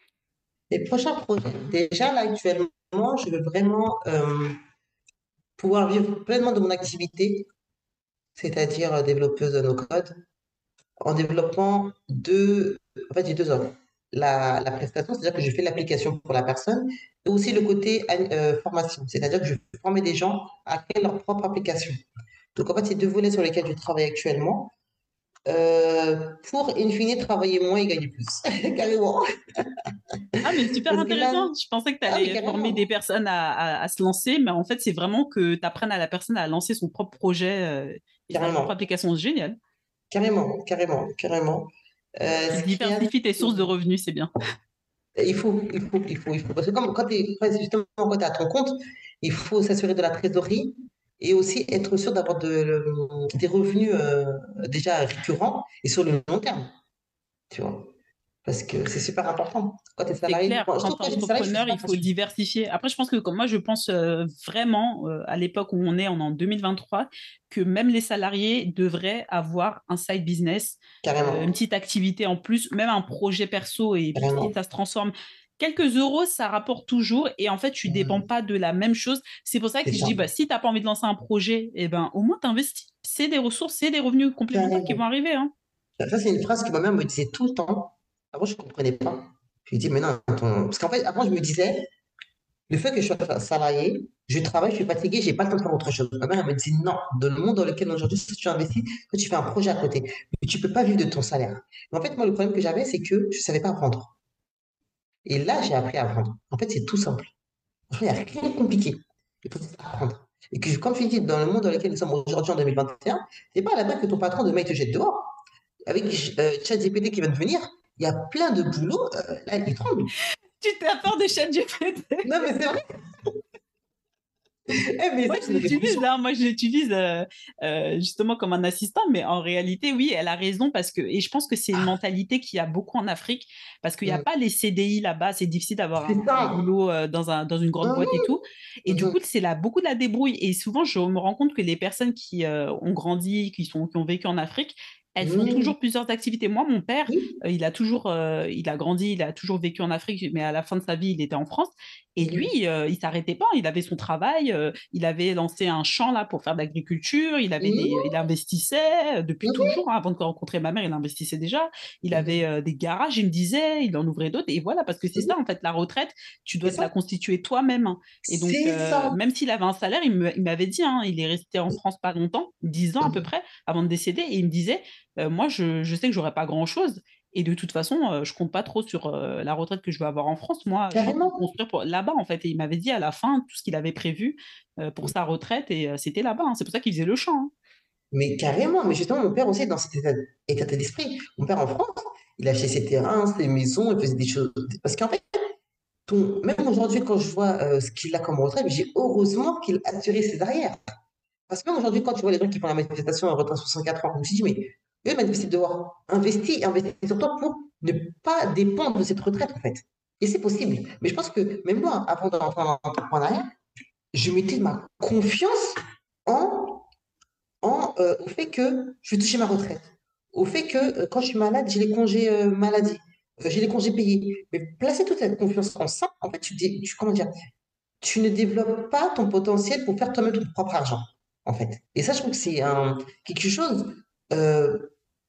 Les prochains projets. Déjà, là, actuellement, je veux vraiment euh, pouvoir vivre pleinement de mon activité, c'est-à-dire euh, développeuse de nos codes, en développant deux, en fait, j'ai deux offres. La, la prestation, c'est-à-dire que je fais l'application pour la personne, et aussi le côté euh, formation, c'est-à-dire que je vais former des gens à créer leur propre application. Donc, en fait, c'est deux volets sur lesquels je travaille actuellement, euh, pour, in fine, travailler moins et gagner plus. Carrément. Ah, mais super Parce que là, intéressant. Je pensais que tu ah, mais allais former des carrément, personnes à, à- à se lancer, mais en fait, c'est vraiment que tu apprennes à la personne à lancer son propre projet euh, et sa propre carrément, application. C'est génial. carrément, carrément, carrément. Euh, Tu ce qu'il y a, diversifies tes sources de revenus, c'est bien. il faut, il faut, il faut, il faut. Parce que comme, quand tu es, justement, quand tu à ton compte, il faut s'assurer de la trésorerie et aussi être sûr d'avoir de, le- des revenus euh, déjà récurrents et sur le long terme, tu vois. Parce que c'est super important. Quand tu es C'est salarié, clair, moi, je quand trouve tu que es quand j'étais salarié, je entrepreneur, faisais pas il faut attention. diversifier. Après, je pense que comme moi, je pense euh, vraiment, euh, à l'époque où on est, on est en deux mille vingt-trois, que même les salariés devraient avoir un side business, euh, une Carrément, petite activité en plus, même un projet perso. Et puis, si carrément. ça se transforme, quelques euros, ça rapporte toujours. Et en fait, tu ne dépends Mmh, pas de la même chose. C'est pour ça c'est que je ça. dis, bah, si tu n'as pas envie de lancer un projet, eh ben, au moins, tu investis. C'est des ressources, c'est des revenus complémentaires qui vont Carrément. arriver, hein. Ça, c'est une phrase que ma mère me disait tout le temps. Avant, je ne comprenais pas. Je lui dis, mais non, attends. Parce qu'en fait, avant, je me disais, le fait que je sois salarié, je travaille, je suis fatigué, j'ai pas le temps de faire autre chose. Ma mère, elle me dit non, dans le monde dans lequel aujourd'hui, si tu investis, que tu fais un projet à côté, mais tu peux pas vivre de ton salaire. Mais en fait, moi, le problème que j'avais, c'est que je savais pas vendre. Et là, j'ai appris à vendre. En fait, c'est tout simple. Franchement, il n'y a rien de compliqué. Il faut juste apprendre. Et que, comme je dis, dans le monde dans lequel nous sommes aujourd'hui en deux mille vingt et un, c'est pas là-bas que ton patron demain il te jette dehors. Avec euh, ChatGPT qui va te venir, il y a plein de boulots, euh, là, ils tremblent. Tu t'as peur de ChatGPT? Non, mais c'est vrai. Eh, mais Moi, ça, je c'est une révolution. l'utilise, hein. Moi, je l'utilise euh, euh, justement comme un assistant, mais en réalité, oui, elle a raison parce que, et je pense que c'est une Ah, mentalité qu'il y a beaucoup en Afrique parce qu'il n'y a mm, pas les C D I là-bas, c'est difficile d'avoir c'est un, un ça. boulot euh, dans un, dans une grande boîte et Mhm, tout. Et du coup, mhm, c'est là beaucoup de la débrouille. Et souvent, je me rends compte que les personnes qui euh, ont grandi, qui sont, qui ont vécu en Afrique, elles font mhm. toujours plusieurs activités. Moi, mon père, Oui. euh, il a toujours, euh, il a grandi, il a toujours vécu en Afrique, mais à la fin de sa vie, il était en France. Et lui, Mhm, euh, il s'arrêtait pas. Il avait son travail. Euh, il avait lancé un champ là pour faire de l'agriculture. Il avait des, mhm, il investissait euh, depuis mhm, toujours, hein. Avant de rencontrer ma mère, il investissait déjà. Il avait mhm. euh, des garages, il me disait. Il en ouvrait d'autres. Et voilà, parce que c'est Mhm. ça en fait, la retraite, tu C'est dois te la ça. constituer toi-même, hein. Et donc, C'est euh, ça. même s'il avait un salaire, il me- il m'avait dit, hein, il est resté en France pas longtemps, dix ans à peu Mhm. près, avant de décéder. Et il me disait, euh, moi, je, je sais que j'aurais pas grand-chose. Et de toute façon, euh, je compte pas trop sur euh, la retraite que je vais avoir en France. Moi, je compte me Carrément. construire pour... là-bas, en fait. Et il m'avait dit à la fin tout ce qu'il avait prévu euh, pour sa retraite. Et euh, c'était là-bas, hein. C'est pour ça qu'il faisait le champ, hein. Mais carrément. Mais justement, mon père aussi est dans cet état, état d'esprit. Mon père en France, il achetait ses terrains, ses maisons, il faisait des choses. Parce qu'en fait, ton- même aujourd'hui, quand je vois euh, ce qu'il a comme retraite, j'ai heureusement qu'il a assuré ses arrières. Parce que même aujourd'hui, quand tu vois les gens qui font la manifestation à retraite à soixante-quatre ans, je me suis dit, mais eux, manifester dehors, investis, investis sur toi pour ne pas dépendre de cette retraite, en fait. Et c'est possible. Mais je pense que même moi, avant de rentrer en entrepreneuriat, je mettais ma confiance en, en, euh, au fait que je vais toucher ma retraite. Au fait que euh, quand je suis malade, j'ai les congés euh, maladie, euh, j'ai les congés payés. Mais placer toute cette confiance en ça, en fait, tu, dé- tu, comment dire, tu ne développes pas ton potentiel pour faire toi-même ton propre argent, en fait. Et ça, je trouve que c'est un, quelque chose. euh,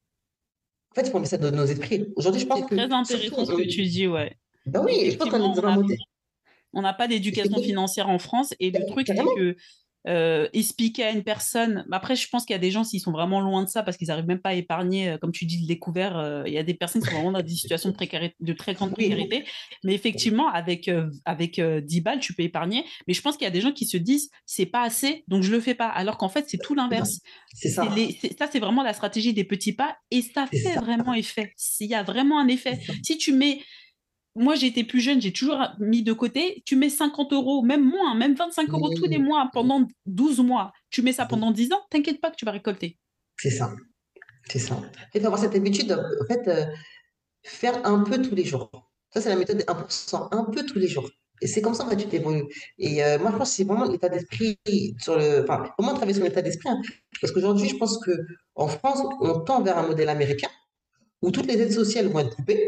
en fait, il faut mettre ça dans nos esprits. Aujourd'hui, je pense C'est que très surtout, intéressant ce on- que tu dis, ouais. ben oui, je pense qu'on est Effectivement, on dans un a, modèle. on n'a pas C'est d'éducation que- financière en France. Et le truc, c'est Carrément. que euh, expliquer à une personne. Après, je pense qu'il y a des gens, s'ils sont vraiment loin de ça, parce qu'ils n'arrivent même pas à épargner, euh, comme tu dis, le découvert, euh, il y a des personnes qui sont vraiment dans des situations de, précarité, de très grande Oui. précarité. Mais effectivement, avec, euh, avec euh, dix balles, tu peux épargner. Mais je pense qu'il y a des gens qui se disent, c'est pas assez, donc je le fais pas. Alors qu'en fait, c'est tout Non. l'inverse. C'est C'est ça. les, c'est- ça, c'est vraiment la stratégie des petits pas et ça C'est fait ça. vraiment effet. Il y a vraiment un C'est effet. ça. Si tu mets moi, j'ai été plus jeune, j'ai toujours mis de côté. Tu mets cinquante euros, même moins, même vingt-cinq euros tous les Mmh. mois pendant douze mois. Tu mets ça pendant dix ans, t'inquiète pas que tu vas récolter. C'est ça. C'est ça. Il faut avoir cette habitude, en fait, euh, faire un peu tous les jours. Ça, c'est la méthode des un pour cent, un peu tous les jours. Et c'est comme ça que tu t'évolues. Et euh, moi, je pense que c'est vraiment l'état d'esprit sur le. Enfin, comment travailler sur l'état d'esprit, hein. Parce qu'aujourd'hui, je pense que en France, on tend vers un modèle américain où toutes les aides sociales vont être coupées,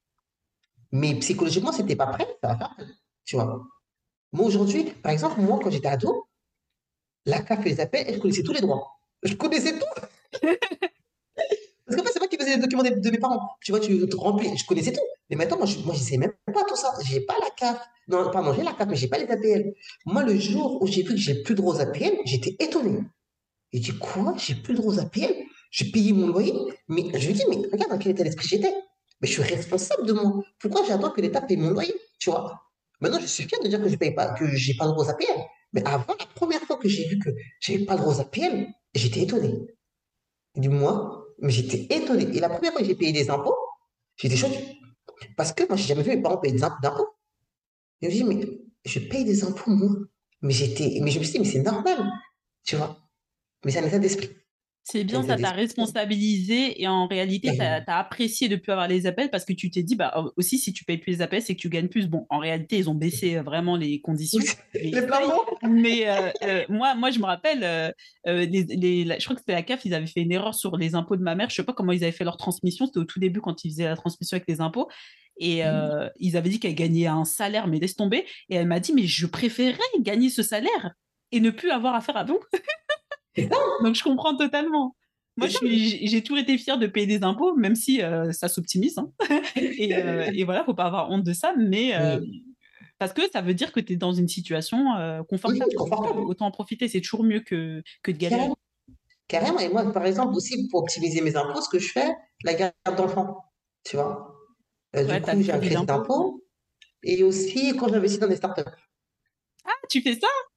mais psychologiquement, c'était pas prêt, ça va faire mal, tu vois. Moi, aujourd'hui, par exemple, moi, quand j'étais ado, la C A F et les appels, je connaissais tous les droits. Je connaissais tout. Parce qu'en fait, c'est moi qui faisais les documents de, de mes parents. Tu vois, tu te remplis, je connaissais tout. Mais maintenant, moi, je moi, je sais même pas tout ça. J'ai pas la C A F. Non, pardon, j'ai la C A F, mais j'ai pas les A P L. Moi, le jour où j'ai vu que j'ai plus de droits A P L, j'étais étonné. J'ai dit, quoi? J'ai plus de droits A P L? J'ai payé mon loyer. Mais je lui dis, mais regarde dans quel état d'esprit j'étais. Mais je suis responsable de moi. Pourquoi j'attends que l'État paye mon loyer? Tu vois? Maintenant, je suis fier de dire que je paye pas, que j'ai pas de droits A P L. Mais avant, la première fois que j'ai vu que j'avais pas de droits A P L, j'étais étonné. Du moins, mais j'étais étonné. Et la première fois que j'ai payé des impôts, j'étais choqué. Parce que moi, j'ai jamais vu mes parents payer des impôts. Et je me dis, mais je paye des impôts, moi. Mais j'étais, mais je me suis dit, mais c'est normal, tu vois. Mais c'est un état d'esprit. C'est C'est un bien, état ça t'a d'esprit. responsabilisé et en réalité, tu as, Carrément. apprécié de ne plus avoir les appels parce que tu t'es dit, bah, aussi, si tu payes plus les appels, c'est que tu gagnes plus. Bon, en réalité, ils ont baissé euh, vraiment les conditions, mais ils Les payent. plafonds. Mais euh, euh, moi, moi, je me rappelle, euh, euh, les, les- la- je crois que c'était la C A F, ils avaient fait une erreur sur les impôts de ma mère. Je sais pas comment ils avaient fait leur transmission, c'était au tout début quand ils faisaient la transmission avec les impôts. Et euh, ils avaient dit qu'elle gagnait un salaire, mais laisse tomber. Et elle m'a dit, mais je préférais gagner ce salaire et ne plus avoir affaire à vous. C'est ça, Donc, je comprends totalement. Moi, c'est je ça. suis, j'ai j'ai toujours été fière de payer des impôts, même si euh, ça s'optimise, hein. Et, euh, et voilà, faut pas avoir honte de ça, mais euh, Oui, parce que ça veut dire que tu es dans une situation euh, oui, confortable. Donc, euh, confortable. autant en profiter. C'est toujours mieux que, que de galérer. Carrément. Carrément. Et moi, par exemple, aussi, pour optimiser mes impôts, ce que je fais, la garde d'enfants, tu vois. Euh, du Ouais, t'as coup, le j'ai un crédit crédit d'impôt. d'impôt. Et aussi, quand j'investis dans des startups. Ah, tu fais ça?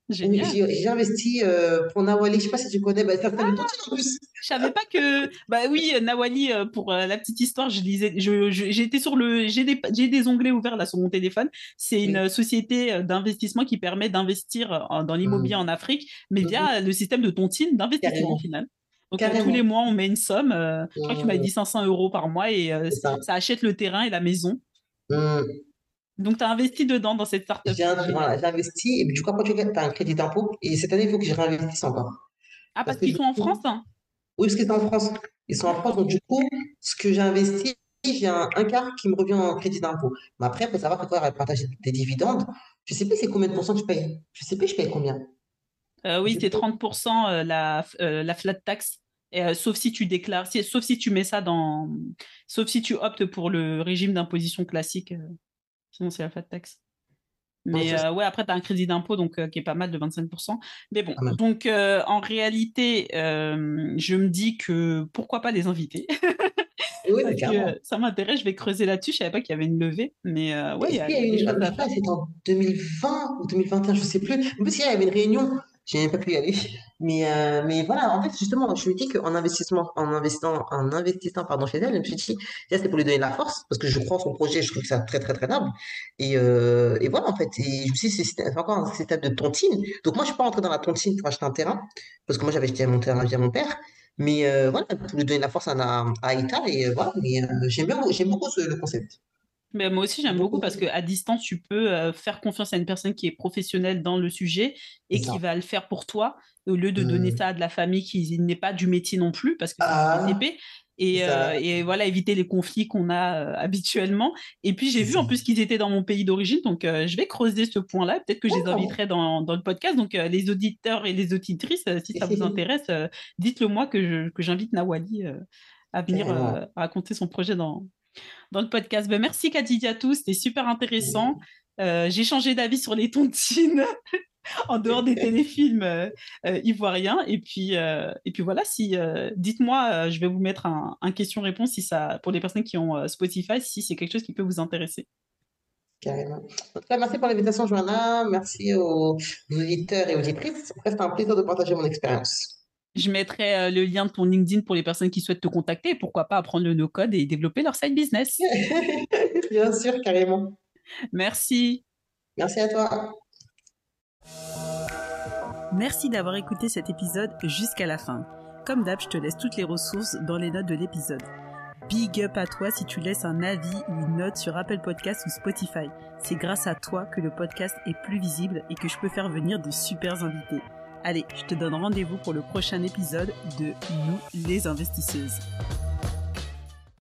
Oui, Génial. j'ai j'ai investi euh, pour Nawali. Je sais pas si tu connais. Bah, ça fait une tontine en plus. Je savais pas que. Bah oui, euh, Nawali, euh, pour euh, la petite histoire, je lisais. Je, je- j'étais sur le. J'ai des, j'ai des onglets ouverts là sur mon téléphone. C'est une Oui. euh, société euh, d'investissement qui permet d'investir euh, en- dans l'immobilier Mhm. en Afrique, mais Mhm. via le système de tontine d'investissement au Carrément. final. Donc euh, tous les Carrément. mois, on met une somme. Euh, je crois que tu m'avais Mhm. dit cinq cents euros par mois et euh, C'est ça. ça achète le terrain et la maison. Mhm. Donc tu as investi dedans dans cette startup, J'ai c'est un- génial. voilà, j'ai investi et puis, du coup, après, tu as un crédit d'impôt. Et cette année, il faut que je réinvestisse encore. Ah, Parce parce que qu'ils du sont en France, coup, hein. oui, parce qu'ils sont en France. Ils sont en France, donc du coup, ce que j'ai investi, j'ai un, un quart qui me revient en crédit d'impôt. Mais après, il faut savoir que quoi, partager des dividendes, je sais plus c'est combien de pourcents tu payes. Je sais plus, je paye combien. Euh, oui, Je c'est paye. trente pour cent euh, la, euh, la flat tax, et, euh, sauf si tu déclares, si- sauf si tu mets ça dans, sauf si tu optes pour le régime d'imposition classique, euh, sinon c'est la flat tax. Donc, Mais ça, c'est euh, ouais, après, tu as un crédit d'impôt donc, euh, qui est pas mal de vingt-cinq pour cent. Mais bon, pas mal. donc euh, en réalité, euh, je me dis que pourquoi pas les inviter Oui, mais parce carrément. que ça m'intéresse, je vais creuser là-dessus. Je savais pas qu'il y avait une levée, mais euh, ouais, il y Est-ce a, qu'il il y y a a des une, choses je à crois faire. que c'était en deux mille vingt ou deux mille vingt et un, je sais plus. En plus, hier, il y avait une réunion, j'ai même pas pu y aller. Mais, euh, mais voilà, en fait, justement, je me dis qu'en investissement, en investissant, en investissant, pardon, chez elle, je me suis dit, déjà, c'est pour lui donner de la force, parce que je crois en son projet, je trouve que c'est très, très, très noble. Et, euh, et voilà, en fait, et je me suis dit, c'est c'est encore un système de tontine. Donc, moi, je suis pas rentré dans la tontine pour acheter un terrain, parce que moi, j'avais acheté mon terrain via mon père. Mais euh, voilà, pour lui donner de la force à, à Aïta, et euh, voilà, mais euh, j'aime bien, j'aime beaucoup ce- le concept. Mais moi aussi, j'aime beaucoup parce Beaucoup. qu'à distance, tu peux euh, faire confiance à une personne qui est professionnelle dans le sujet C'est et qui ça. va le faire pour toi, au lieu de donner Hmm. ça à de la famille qui n'est pas du métier non plus, parce que c'est du Ah, B T P. Et, ça, euh, et voilà, éviter les conflits qu'on a euh, habituellement. Et puis, j'ai c'est vu ça. en plus qu'ils étaient dans mon pays d'origine, donc euh, je vais creuser ce point-là. Peut-être que je les D'accord. inviterai dans, dans le podcast. Donc, euh, les auditeurs et les auditrices, euh, si ça vous intéresse, euh, dites-le moi que je- que j'invite Nawali euh, à venir Carrément. euh, raconter son projet dans, dans le podcast. Ben, merci Kadidiatou, c'était super intéressant. Euh, j'ai changé d'avis sur les tontines en dehors des téléfilms euh, euh, ivoiriens. Et puis, euh, et puis voilà, si, euh, dites-moi, euh, je vais vous mettre un, un question-réponse si ça, pour les personnes qui ont euh, Spotify, si c'est quelque chose qui peut vous intéresser. Carrément. En tout cas, merci pour l'invitation, Joanna. Merci aux auditeurs et auditrices. En tout cas, c'était un plaisir de partager mon expérience. Je mettrai euh, le lien de ton LinkedIn pour les personnes qui souhaitent te contacter et pourquoi pas apprendre le no-code et développer leur side business. Bien sûr, carrément. Merci. Merci à toi. Merci d'avoir écouté cet épisode jusqu'à la fin. Comme d'hab, je te laisse toutes les ressources dans les notes de l'épisode. Big up à toi si tu laisses un avis ou une note sur Apple Podcasts ou Spotify. C'est grâce à toi que le podcast est plus visible et que je peux faire venir de super invités. Allez, je te donne rendez-vous pour le prochain épisode de Nous les investisseuses.